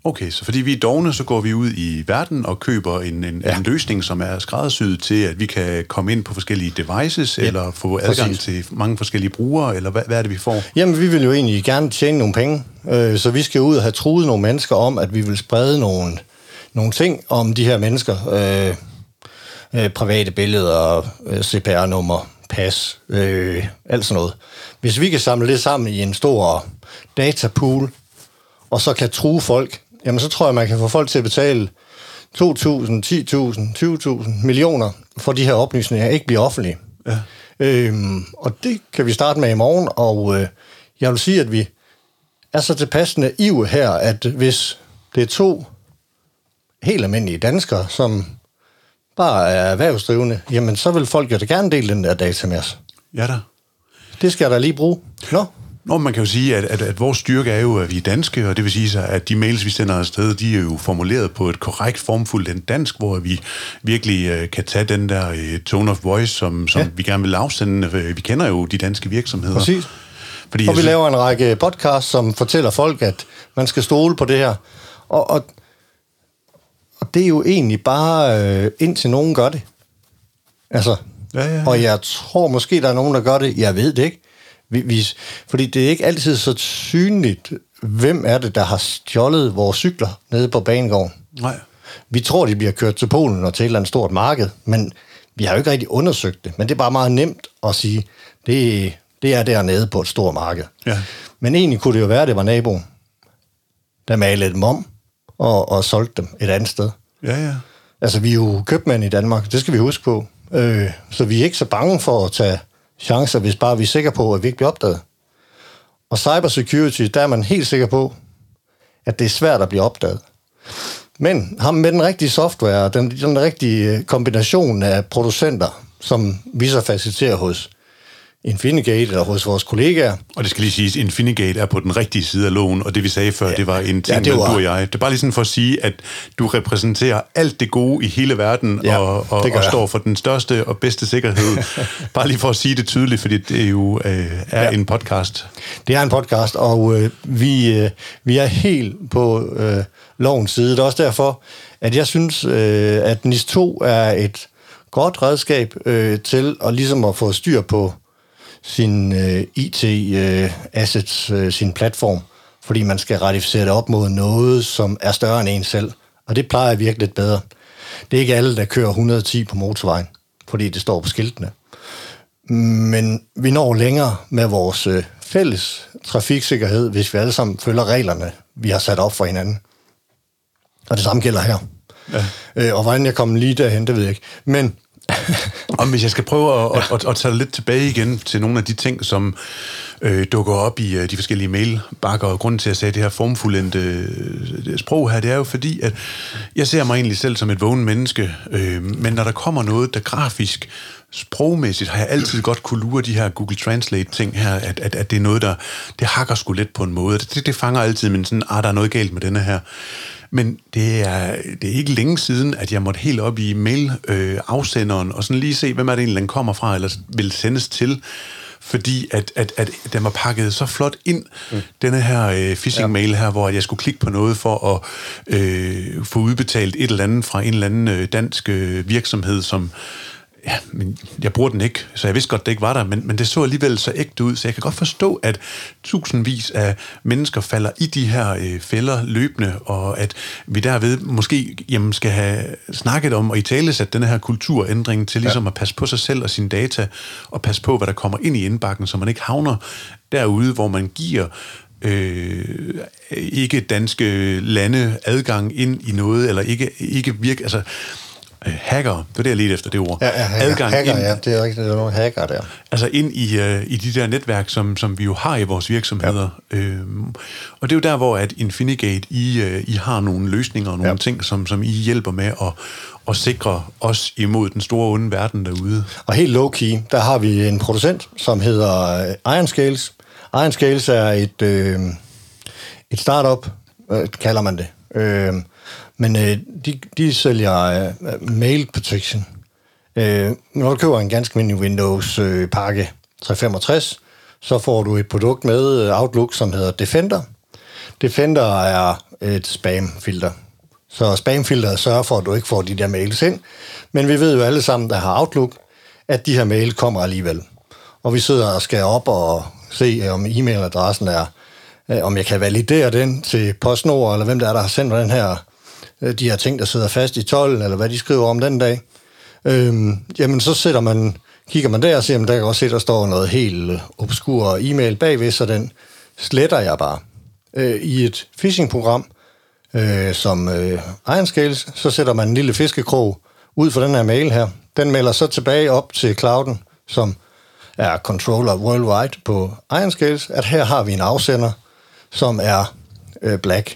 Okay, så fordi vi er dovne, så går vi ud i verden og køber en, en, ja. en løsning, som er skræddersyet til, at vi kan komme ind på forskellige devices, ja, eller få adgang præcis. til mange forskellige brugere, eller hvad, hvad er det, vi får? Jamen, vi vil jo egentlig gerne tjene nogle penge, øh, så vi skal ud og have truet nogle mennesker om, at vi vil sprede nogle, nogle ting om de her mennesker. Øh, øh, private billeder, øh, C P R-nummer, pas, øh, alt sådan noget. Hvis vi kan samle det sammen i en stor datapool, og så kan true folk, jamen så tror jeg, man kan få folk til at betale to tusind, ti tusind, tyve tusind millioner, for de her oplysninger ikke bliver offentlige. Ja. Øhm, og det kan vi starte med i morgen, og øh, jeg vil sige, at vi er så tilpas naive her, at hvis det er to helt almindelige danskere, som bare er erhvervsdrivende, jamen så vil folk jo da gerne dele den der data med os. Ja da. Det skal jeg da lige bruge. Nå? Nå, man kan jo sige, at, at, at vores styrke er jo, at vi er danske, og det vil sige sig, at de mails, vi sender afsted, de er jo formuleret på et korrekt formfuldt dansk, hvor vi virkelig øh, kan tage den der øh, tone of voice, som, som ja. vi gerne vil afsende. Vi kender jo de danske virksomheder. Præcis. Fordi, og vi laver en række podcasts, som fortæller folk, at man skal stole på det her. Og, og, og det er jo egentlig bare, øh, indtil nogen gør det. Altså, ja, ja, ja. Og jeg tror måske, der er nogen, der gør det. Jeg ved det ikke. Vi, vi, fordi det er ikke altid så synligt, hvem er det, der har stjålet vores cykler nede på banegården. Nej. Vi tror, de bliver kørt til Polen og til et eller andet stort marked, men vi har jo ikke rigtig undersøgt det. Men det er bare meget nemt at sige, det, det er dernede på et stort marked. Ja. Men egentlig kunne det jo være, at det var naboen, der malede dem om og, og solgte dem et andet sted. Ja, ja. Altså, vi er jo købmænd i Danmark, det skal vi huske på. Øh, så vi er ikke så bange for at tage chancer, hvis bare vi er sikre på, at vi ikke bliver opdaget. Og cybersecurity, der er man helt sikker på, at det er svært at blive opdaget. Men ham med den rigtige software, den, den rigtige kombination af producenter, som vi så faciliterer hos Infinigate eller hos vores kollegaer. Og det skal lige siges, Infinigate er på den rigtige side af loven, og det vi sagde før, ja. det var en ting, ja, var... du og jeg. Det er bare lige sådan for at sige, at du repræsenterer alt det gode i hele verden, ja, og, og, og står for den største og bedste sikkerhed. Bare lige for at sige det tydeligt, fordi det jo øh, er ja. en podcast. Det er en podcast, og øh, vi, øh, vi er helt på øh, lovens side. Det er også derfor, at jeg synes, øh, at N I S to er et godt redskab øh, til at ligesom at få styr på sin øh, I T-assets, øh, øh, sin platform, fordi man skal ratificere det op mod noget, som er større end en selv. Og det plejer virkelig lidt bedre. Det er ikke alle, der kører et hundrede og ti på motorvejen, fordi det står på skiltene. Men vi når længere med vores øh, fælles trafiksikkerhed, hvis vi alle sammen følger reglerne, vi har sat op for hinanden. Og det samme gælder her. Ja. Øh, og hvordan jeg kommer lige derhen, det ved jeg ikke. Men Om hvis jeg skal prøve at, ja. at, at tage lidt tilbage igen til nogle af de ting, som øh, dukker op i øh, de forskellige mailbakker, og grunden til, at jeg sagde det her formfuldendte øh, sprog her, det er jo fordi, at jeg ser mig egentlig selv som et vågen menneske, øh, men når der kommer noget, der grafisk, sprogmæssigt, har jeg altid godt kunne lure de her Google Translate-ting her, at, at, at det er noget, der det hakker sgu lidt på en måde. Det, det fanger altid, men sådan, ah, der er noget galt med denne her. Men det er, det er ikke længe siden, at jeg måtte helt op i mail-afsenderen øh, og sådan lige se, hvem er det egentlig, den kommer fra, eller vil sendes til, fordi at, at, at den var pakket så flot ind, mm. denne her øh, phishing-mail her, hvor jeg skulle klikke på noget for at øh, få udbetalt et eller andet fra en eller anden øh, dansk øh, virksomhed, som ja, men jeg bruger den ikke, så jeg vidste godt, det ikke var der, men, men det så alligevel så ægte ud, så jeg kan godt forstå, at tusindvis af mennesker falder i de her øh, fælder løbende, og at vi derved måske jamen, skal have snakket om og i tale sat denne her kulturændring til ligesom ja. at passe på sig selv og sine data, og passe på, hvad der kommer ind i indbakken, så man ikke havner derude, hvor man giver Øh, ikke danske lande adgang ind i noget, eller ikke, ikke virke, altså hacker, det er det, jeg ledte efter det ord. Ja, ja, hacker, Adgang hacker ind, ja, det er rigtigt, det er nogle hacker der. Altså ind i, uh, i de der netværk, som, som vi jo har i vores virksomheder. Ja. Øhm, og det er jo der, hvor at Infinigate, I, uh, I har nogle løsninger og nogle ja. ting, som, som I hjælper med at, at sikre os imod den store onde verden derude. Og helt low-key, der har vi en producent, som hedder Ironscales. Ironscales er et, øh, et startup, øh, kalder man det. Øh, Men øh, de, de sælger øh, mail protection. Øh, når du køber en ganske almindelig Windows-pakke øh, tre hundrede og femogtres, så får du et produkt med Outlook, som hedder Defender. Defender er et spamfilter. Så spamfilteret sørger for, at du ikke får de der mails ind. Men vi ved jo alle sammen, der har Outlook, at de her mail kommer alligevel. Og vi sidder og skal op og se, om e-mailadressen er, om jeg kan validere den til PostNord, eller hvem der er, der har sendt den her, de her ting, der sidder fast i tolden, eller hvad de skriver om den dag. Øhm, jamen, så sætter man, kigger man der og ser, om der kan også se, der står noget helt obskur e-mail bagved, så den sletter jeg bare. Øh, I et phishing-program, øh, som øh, IronScales, så sætter man en lille fiskekrog ud for den her mail her. Den melder så tilbage op til clouden, som er controller worldwide på IronScales, at her har vi en afsender, som er øh, Black.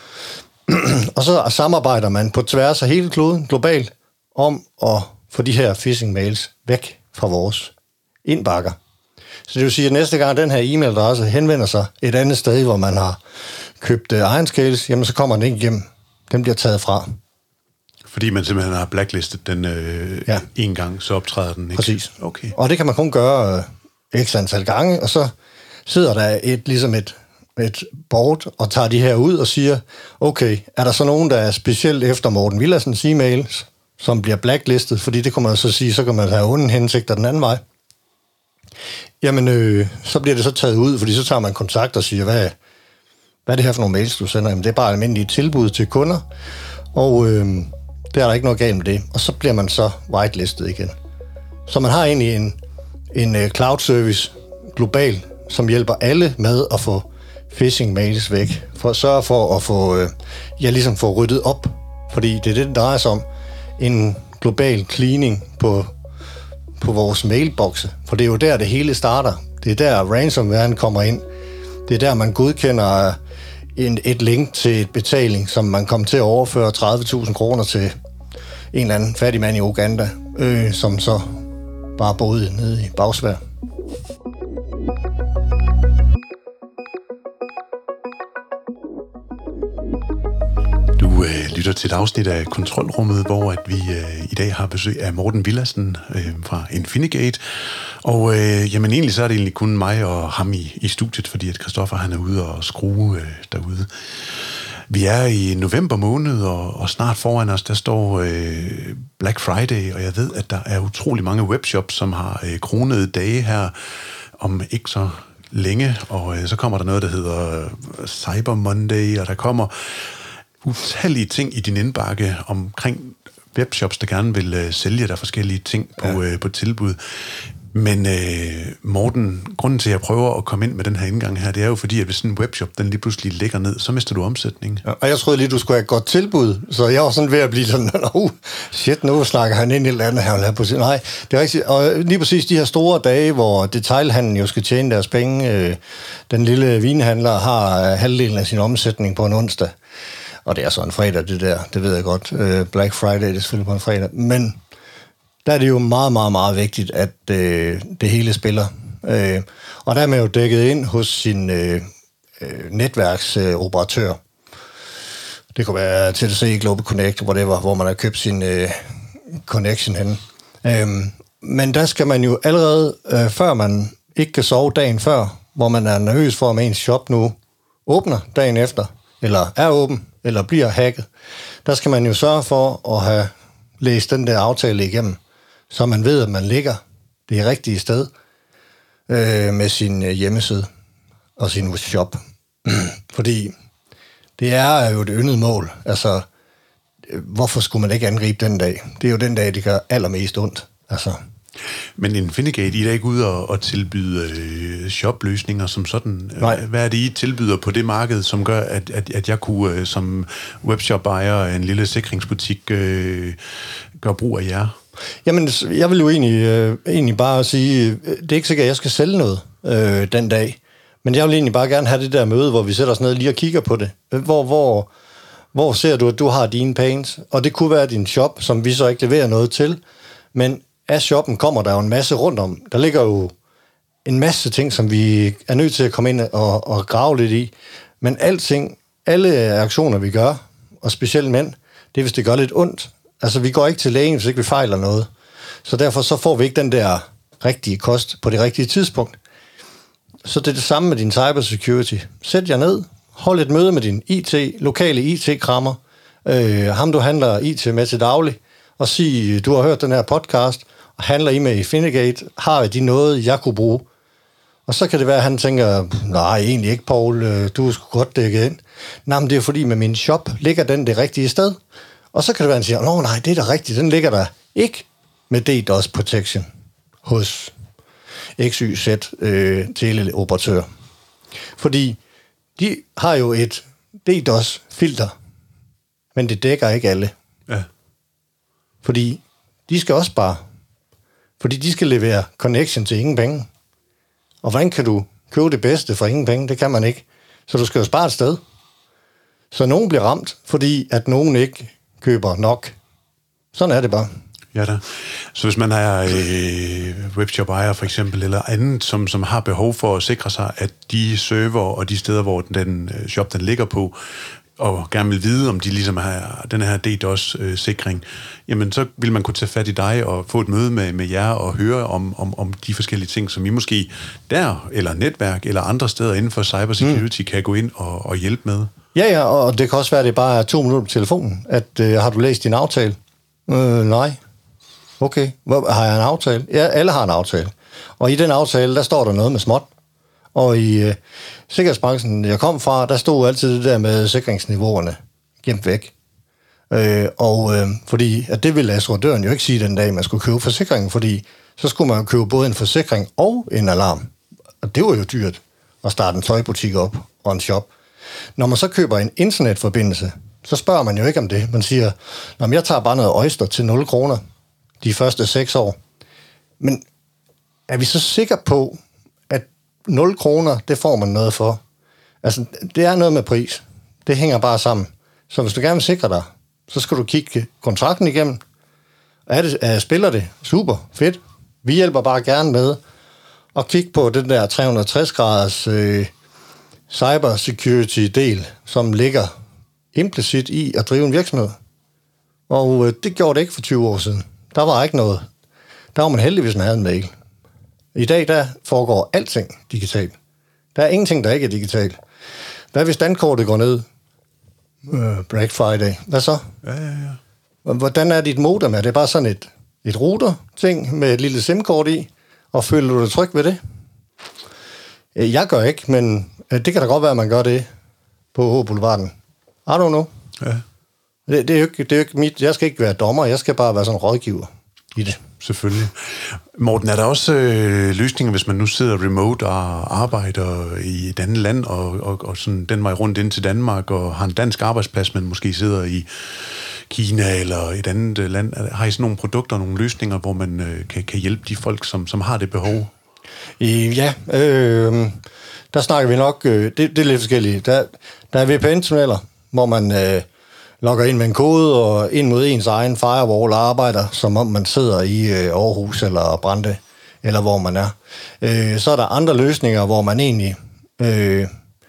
Og så samarbejder man på tværs af hele kloden, globalt, om at få de her phishing-mails væk fra vores indbakker. Så det vil sige, at næste gang den her e-mailadresse henvender sig et andet sted, hvor man har købt uh, IronScales, jamen så kommer den ikke igennem. Den bliver taget fra. Fordi man simpelthen har blacklistet den øh, ja. en gang, så optræder den ikke. Præcis. Okay. Og det kan man kun gøre øh, x antal gange, og så sidder der et, ligesom et, et board og tager de her ud og siger, okay, er der så nogen, der er specielt efter Morten Villadsens e-mails, som bliver blacklistet, fordi det kommer man så sige, så kan man have onde hensigter den anden vej. Jamen, øh, så bliver det så taget ud, fordi så tager man kontakt og siger, hvad, hvad er det her for nogle mails, du sender? Jamen, det er bare almindelige tilbud til kunder, og øh, der er der ikke noget galt med det. Og så bliver man så whitelistet igen. Så man har egentlig en, en uh, cloud service global, som hjælper alle med at få phishing mails væk, for at sørge for at få, øh, ja, ligesom få ryddet op, fordi det er det, det drejer sig om. En global cleaning på, på vores mailbokse, for det er jo der, det hele starter. Det er der, ransomware kommer ind. Det er der, man godkender en, et link til et betaling, som man kommer til at overføre tredive tusind kroner til en eller anden fattig mand i Uganda, øh, som så bare boede nede i Bagsværd. Du øh, lytter til et afsnit af Kontrolrummet, hvor at vi øh, i dag har besøg af Morten Villadsen øh, fra Infinigate. Og øh, jamen egentlig så er det egentlig kun mig og ham i, i studiet, fordi at Christoffer han er ude og skrue øh, derude. Vi er i november måned, og, og snart foran os, der står øh, Black Friday, og jeg ved, at der er utrolig mange webshops, som har øh, kronede dage her om ikke så længe, og øh, så kommer der noget, der hedder øh, Cyber Monday, og der kommer utallige ting i din indbakke omkring webshops, der gerne vil øh, sælge der forskellige ting på, ja. øh, på tilbud. Men øh, Morten, grunden til, at jeg prøver at komme ind med den her indgang her, det er jo fordi, at hvis sådan en webshop, den lige pludselig ligger ned, så mister du omsætning. Ja, og jeg troede lige, du skulle have et godt tilbud, så jeg var sådan ved at blive sådan, oh, shit, nu snakker han ind i et eller andet, han vil have på sig. Nej, det er rigtigt. Og lige præcis de her store dage, hvor detailhandlen jo skal tjene deres penge, øh, den lille vinhandler har halvdelen af sin omsætning på en onsdag, og det er så en fredag, det der, det ved jeg godt. Øh, Black Friday, det er selvfølgelig på en fredag, men der er det jo meget, meget, meget vigtigt, at øh, det hele spiller. Øh, og der er man jo dækket ind hos sin øh, netværksoperatør. Øh, det kunne være T D C, Global Connect, whatever, hvor man har købt sin øh, connection henne. Øh, men der skal man jo allerede, øh, før man ikke kan sove dagen før, hvor man er nervøs for, om ens shop nu åbner dagen efter, eller er åben, eller bliver hacket, der skal man jo sørge for at have læst den der aftale igennem, så man ved, at man ligger det rigtige sted øh, med sin øh, hjemmeside og sin shop. Fordi det er jo et yndet mål. Altså, hvorfor skulle man ikke angribe den dag? Det er jo den dag, det gør allermest ondt. Altså. Men Infinigate, I er da ikke ude og, og tilbyde øh, shopløsninger som sådan. Nej. Hvad er det, I tilbyder på det marked, som gør, at, at, at jeg kunne øh, som webshop-ejer af en lille sikringsbutik øh, gøre brug af jer? Jamen, jeg vil jo egentlig, øh, egentlig bare sige, det er ikke sikkert, at jeg skal sælge noget øh, den dag, men jeg vil egentlig bare gerne have det der møde, hvor vi sætter os ned lige og kigger på det. Hvor, hvor, hvor ser du, at du har dine pains? Og det kunne være din shop, som vi så ikke leverer noget til, men af shoppen kommer der jo en masse rundt om. Der ligger jo en masse ting, som vi er nødt til at komme ind og, og grave lidt i. Men alting, alle aktioner, vi gør, og specielt mænd, det er, hvis det gør lidt ondt. Altså, vi går ikke til lægen, hvis ikke vi fejler noget. Så derfor så får vi ikke den der rigtige kost på det rigtige tidspunkt. Så det er det samme med din cybersecurity. Sæt jer ned, hold et møde med din I T, lokale I T-krammer, øh, ham du handler I T med til daglig, og sig, du har hørt den her podcast, og handler I med i Finegate, har de noget, jeg kunne bruge? Og så kan det være, at han tænker, nej, egentlig ikke, Paul, du skulle godt dække ind. Nej, men det er fordi, med min shop ligger den det rigtige sted. Og så kan det være, at han siger, nå nej, det er da rigtigt, den ligger der ikke med DDoS Protection hos X Y Z øh, teleoperatør. Fordi de har jo et DDoS-filter, men det dækker ikke alle. Ja. Fordi de skal også bare, fordi de skal levere connection til ingen penge. Og hvordan kan du købe det bedste for ingen penge? Det kan man ikke. Så du skal jo spare et sted. Så nogen bliver ramt, fordi at nogen ikke køber nok. Sådan er det bare. Ja da. Så hvis man er øh, webshop-ejer for eksempel, eller andet, som, som har behov for at sikre sig, at de server og de steder, hvor den øh, shop den ligger på, og gerne vil vide, om de ligesom har den her DDoS-sikring, jamen så vil man kunne tage fat i dig og få et møde med, med jer og høre om, om, om de forskellige ting, som I måske der, eller netværk, eller andre steder inden for cybersecurity, mm. kan gå ind og, og hjælpe med. Ja, ja, og det kan også være, at det bare er to minutter på telefonen, at øh, har du læst din aftale? Øh, nej. Okay, Hvor, har jeg en aftale? Ja, alle har en aftale. Og i den aftale, der står der noget med småt. Og i øh, sikkerhedsbranchen, jeg kom fra, der stod altid det der med sikringsniveauerne gemt væk. Øh, og øh, fordi, at det ville assuradøren jo ikke sige den dag, man skulle købe forsikringen, fordi så skulle man købe både en forsikring og en alarm. Og det var jo dyrt at starte en tøjbutik op og en shop. Når man så køber en internetforbindelse, så spørger man jo ikke om det. Man siger, jamen, jeg tager bare noget Oyster til nul kroner de første seks år. Men er vi så sikre på, at nul kroner, det får man noget for? Altså, det er noget med pris. Det hænger bare sammen. Så hvis du gerne vil sikre dig, så skal du kigge kontrakten igennem. Er det, er, spiller det? Super, fedt. Vi hjælper bare gerne med at kigge på den der tre hundrede og tres graders øh, cybersecurity-del, som ligger implicit i at drive en virksomhed. Og øh, det gjorde det ikke for tyve år siden. Der var ikke noget. Der var man heldig, hvis man havde en mail. I dag, der foregår alting digitalt. Der er ingenting, der ikke er digitalt. Hvad hvis dankortet går ned? Øh, Black Friday. Hvad så? Ja, ja, ja. Hvordan er dit modem? Er det bare sådan et, et router-ting med et lille SIM-kort i? Og føler du dig tryg ved det? Jeg gør ikke, men det kan da godt være, at man gør det på H Boulevarden. I don't know. Ja. Det, det, er jo ikke, det er jo ikke mit... Jeg skal ikke være dommer, jeg skal bare være sådan en rådgiver i det. Selvfølgelig. Morten, er der også øh, løsninger, hvis man nu sidder remote og arbejder i et andet land, og, og, og sådan den vej rundt ind til Danmark, og har en dansk arbejdsplads, men måske sidder i Kina eller et andet land? Har I sådan nogle produkter, nogle løsninger, hvor man øh, kan, kan hjælpe de folk, som, som har det behov? Ja, øh, der snakker vi nok... Øh, det, det er lidt forskelligt. Der, der er V P N-tunneller, hvor man... Øh, logger ind med en kode og ind mod ens egen firewall og arbejder, som om man sidder i øh, Aarhus eller Brande, eller hvor man er. Øh, så er der andre løsninger, hvor man egentlig øh,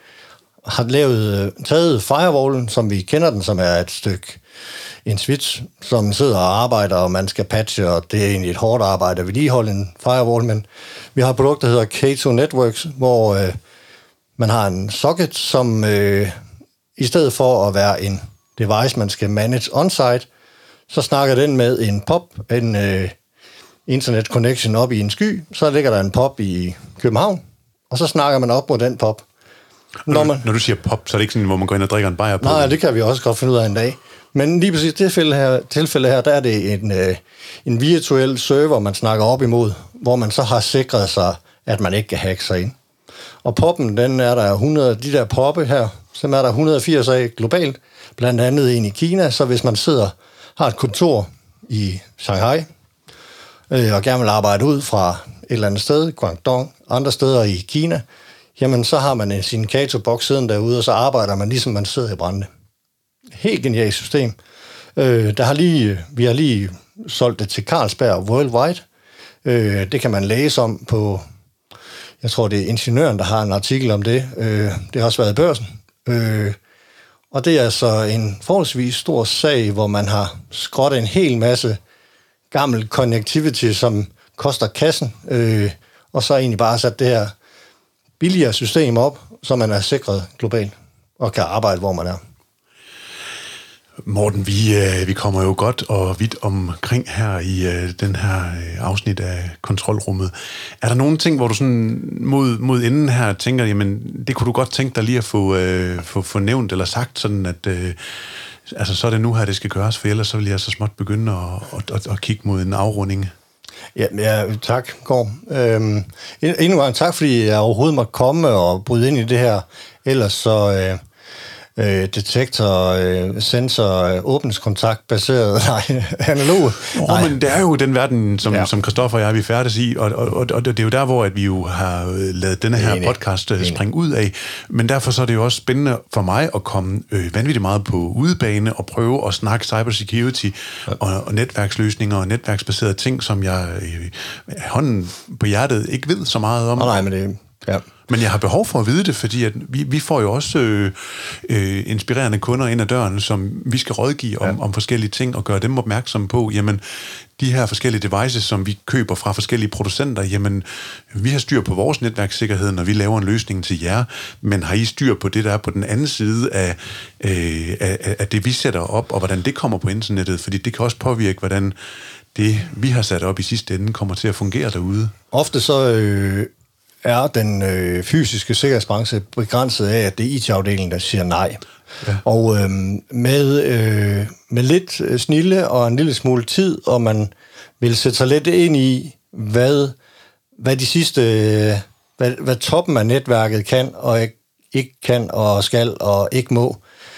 har lavet, øh, taget firewallen, som vi kender den, som er et stykke, en switch, som sidder og arbejder, og man skal patche, og det er egentlig et hårdt arbejde at vedligeholde en firewall, men vi har et produkt, der hedder K to Networks, hvor øh, man har en socket, som øh, i stedet for at være en device, man skal manage on-site, så snakker den med en pop, en øh, internet connection op i en sky, så ligger der en pop i København, og så snakker man op mod den pop. Når, man, når du siger pop, så er det ikke sådan, hvor man går ind og drikker en bajer på? Nej, det kan vi også godt finde ud af en dag. Men lige præcis i det tilfælde her, tilfælde her, der er det en, øh, en virtuel server, man snakker op imod, hvor man så har sikret sig, at man ikke kan hacke sig ind. Og poppen, den er der hundrede, de der poppe her, som er der et hundrede og firs af globalt, blandt andet en i Kina, så hvis man sidder, har et kontor i Shanghai, øh, og gerne vil arbejde ud fra et eller andet sted, Guangdong, andre steder i Kina, jamen så har man sin Kato-boks siden derude, og så arbejder man ligesom man sidder i Brande. Helt genialt system. Øh, der har lige, vi har lige solgt det til Carlsberg Worldwide. Øh, det kan man læse om på, jeg tror det er Ingeniøren, der har en artikel om det. Øh, det har også været i Børsen. Øh, og det er altså en forholdsvis stor sag, hvor man har skrottet en hel masse gammel connectivity, som koster kassen, øh, og så egentlig bare sat det her billigere system op, så man er sikret globalt. og kan arbejde, hvor man er. Morten, vi, øh, vi kommer jo godt og vidt omkring her i øh, den her øh, afsnit af Kontrolrummet. Er der nogle ting, hvor du sådan mod, mod enden her tænker, jamen det kunne du godt tænke dig lige at få, øh, få, få nævnt eller sagt, sådan at øh, altså, så er det nu her, det skal gøres, for ellers så vil jeg så småt begynde at, at, at, at kigge mod en afrunding. Ja, ja tak, Gård. Øhm, endnu en gang tak, fordi jeg overhovedet måtte komme og bryde ind i det her. Ellers så øh, øh, detektor, øh, sensor, øh, åbningskontakt baseret, nej, analog. Oh, men det er jo den verden, som, ja. som Christoffer og jeg, vi færdes i, og, og, og, og det er jo der, hvor at vi jo har lavet denne her Enig. podcast Enig. springe ud af. Men derfor så er det jo også spændende for mig at komme øh, vanvittigt meget på udebane og prøve at snakke cybersecurity ja. og, og netværksløsninger og netværksbaserede ting, som jeg øh, hånden på hjertet ikke ved så meget om. Oh, nej, men det... Ja. Men jeg har behov for at vide det, fordi at vi, vi får jo også øh, øh, inspirerende kunder ind ad døren, som vi skal rådgive om, ja. om forskellige ting og gøre dem opmærksomme på, jamen, de her forskellige devices, som vi køber fra forskellige producenter, jamen, vi har styr på vores netværkssikkerhed, når vi laver en løsning til jer, men har I styr på det, der er på den anden side af, øh, af, af det, vi sætter op, og hvordan det kommer på internettet, fordi det kan også påvirke, hvordan det, vi har sat op i sidste ende, kommer til at fungere derude. Ofte så... Øh er den øh, fysiske sikkerhedsbranche begrænset af, at det er I T-afdelingen, der siger nej. Ja. Og øh, med, øh, med lidt snilde og en lille smule tid, og man vil sætte sig lidt ind i, hvad, hvad de sidste, øh, hvad, hvad toppen af netværket kan, og ikke kan, og skal, og ikke må,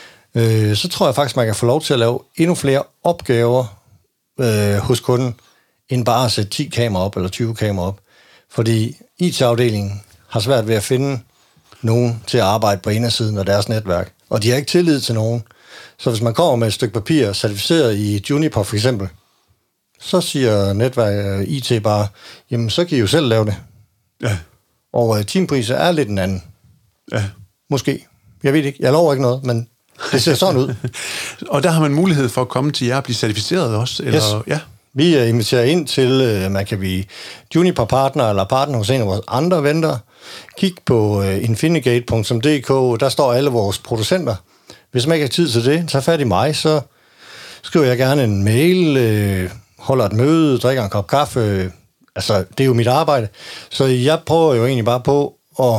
øh, så tror jeg faktisk, man kan få lov til at lave endnu flere opgaver øh, hos kunden, end bare at sætte ti kameraer op, eller tyve kameraer op. Fordi I T-afdelingen har svært ved at finde nogen til at arbejde på indersiden af deres netværk. Og de har ikke tillid til nogen. Så hvis man kommer med et stykke papir, certificeret i Juniper for eksempel, så siger netværk I T bare, jamen så kan I jo selv lave det. Ja. Og timepriser er lidt en anden. Ja. Måske. Jeg ved ikke. Jeg lover ikke noget, men det ser sådan ud. Og der har man mulighed for at komme til jer og blive certificeret også? Eller? Yes. Ja. Vi inviterer ind til, man kan blive Juniper-partner eller partner hos en af vores andre vendor. Kig på infinigate punktum d k, der står alle vores producenter. Hvis man ikke har tid til det, tag fat i mig, så skriver jeg gerne en mail, holder et møde, drikker en kop kaffe. Altså, det er jo mit arbejde. Så jeg prøver jo egentlig bare på at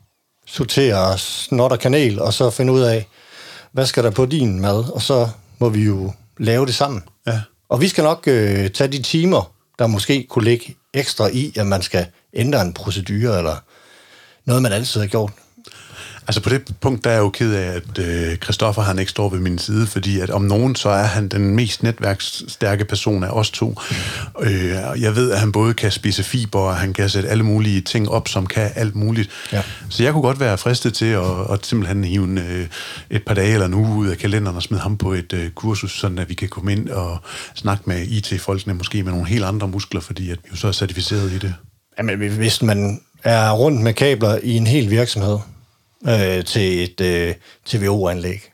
sortere snot og kanel, og så finde ud af, hvad skal der på din mad, og så må vi jo lave det sammen. Ja. Og vi skal nok øh, tage de timer, der måske kunne ligge ekstra i, at man skal ændre en procedure, eller noget, man altid har gjort. Altså på det punkt, der er jeg jo ked af, at øh, Christoffer han ikke står ved min side, fordi at om nogen, så er han den mest netværksstærke person af os to. Øh, jeg ved, at han både kan spise fiber, og han kan sætte alle mulige ting op, som kan alt muligt. Ja. Så jeg kunne godt være fristet til at, at simpelthen hive en, øh, et par dage eller en uge ud af kalenderen og smide ham på et øh, kursus, sådan at vi kan komme ind og snakke med I T-folkene, måske med nogle helt andre muskler, fordi at vi jo så er certificeret i det. Jamen, hvis man er rundt med kabler i en hel virksomhed, Øh, til et øh, T V O-anlæg,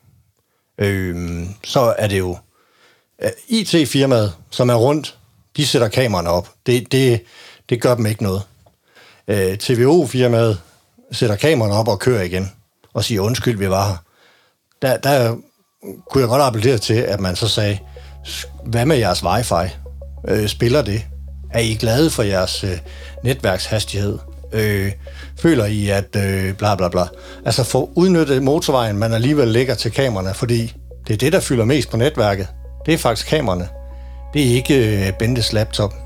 øh, så er det jo øh, I T-firmaet, som er rundt, de sætter kameraerne op. Det, det, det gør dem ikke noget. Øh, T V O-firmaet sætter kameraerne op og kører igen, og siger undskyld, vi var her. Der, der kunne jeg godt appellere til, at man så sagde, hvad med jeres wifi? Øh, spiller det? Er I glade for jeres øh, netværkshastighed? Øh, føler I, at øh, bla bla bla. Altså få udnyttet motorvejen, man alligevel lægger til kameraerne, fordi det er det, der fylder mest på netværket. Det er faktisk kameraerne. Det er ikke øh, Bentes laptop.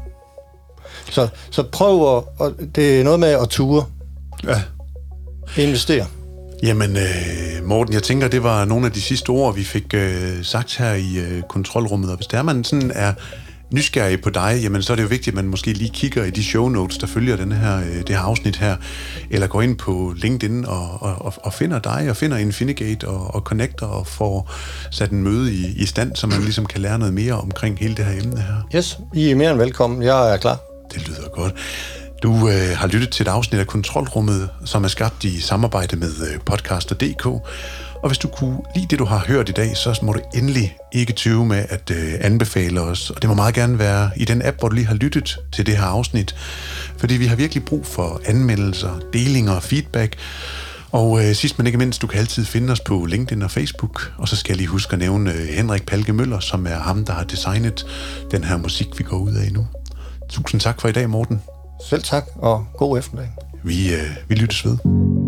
Så, så prøv at, og det er noget med at ture. Ja. Investere. Jamen, øh, Morten, jeg tænker, det var nogle af de sidste ord, vi fik øh, sagt her i øh, kontrolrummet. Og hvis der man sådan er nysgerrig på dig, jamen så er det jo vigtigt, at man måske lige kigger i de show notes, der følger denne her, det her afsnit her, eller går ind på LinkedIn og, og, og finder dig, og finder Infinigate og, og connecter og får sat en møde i, i stand, så man ligesom kan lære noget mere omkring hele det her emne her. Yes, I er mere end velkommen. Jeg er klar. Det lyder godt. Du øh, har lyttet til et afsnit af Kontrolrummet, som er skabt i samarbejde med øh, podcaster punktum d k. Og hvis du kunne lide det, du har hørt i dag, så må du endelig ikke tøve med at øh, anbefale os. Og det må meget gerne være i den app, hvor du lige har lyttet til det her afsnit. Fordi vi har virkelig brug for anmeldelser, delinger og feedback. Og øh, sidst men ikke mindst, du kan altid finde os på LinkedIn og Facebook. Og så skal jeg lige huske at nævne øh, Henrik Palke Møller, som er ham, der har designet den her musik, vi går ud af nu. Tusind tak for i dag, Morten. Selv tak, og god eftermiddag. Vi, øh, vi lyttes ved.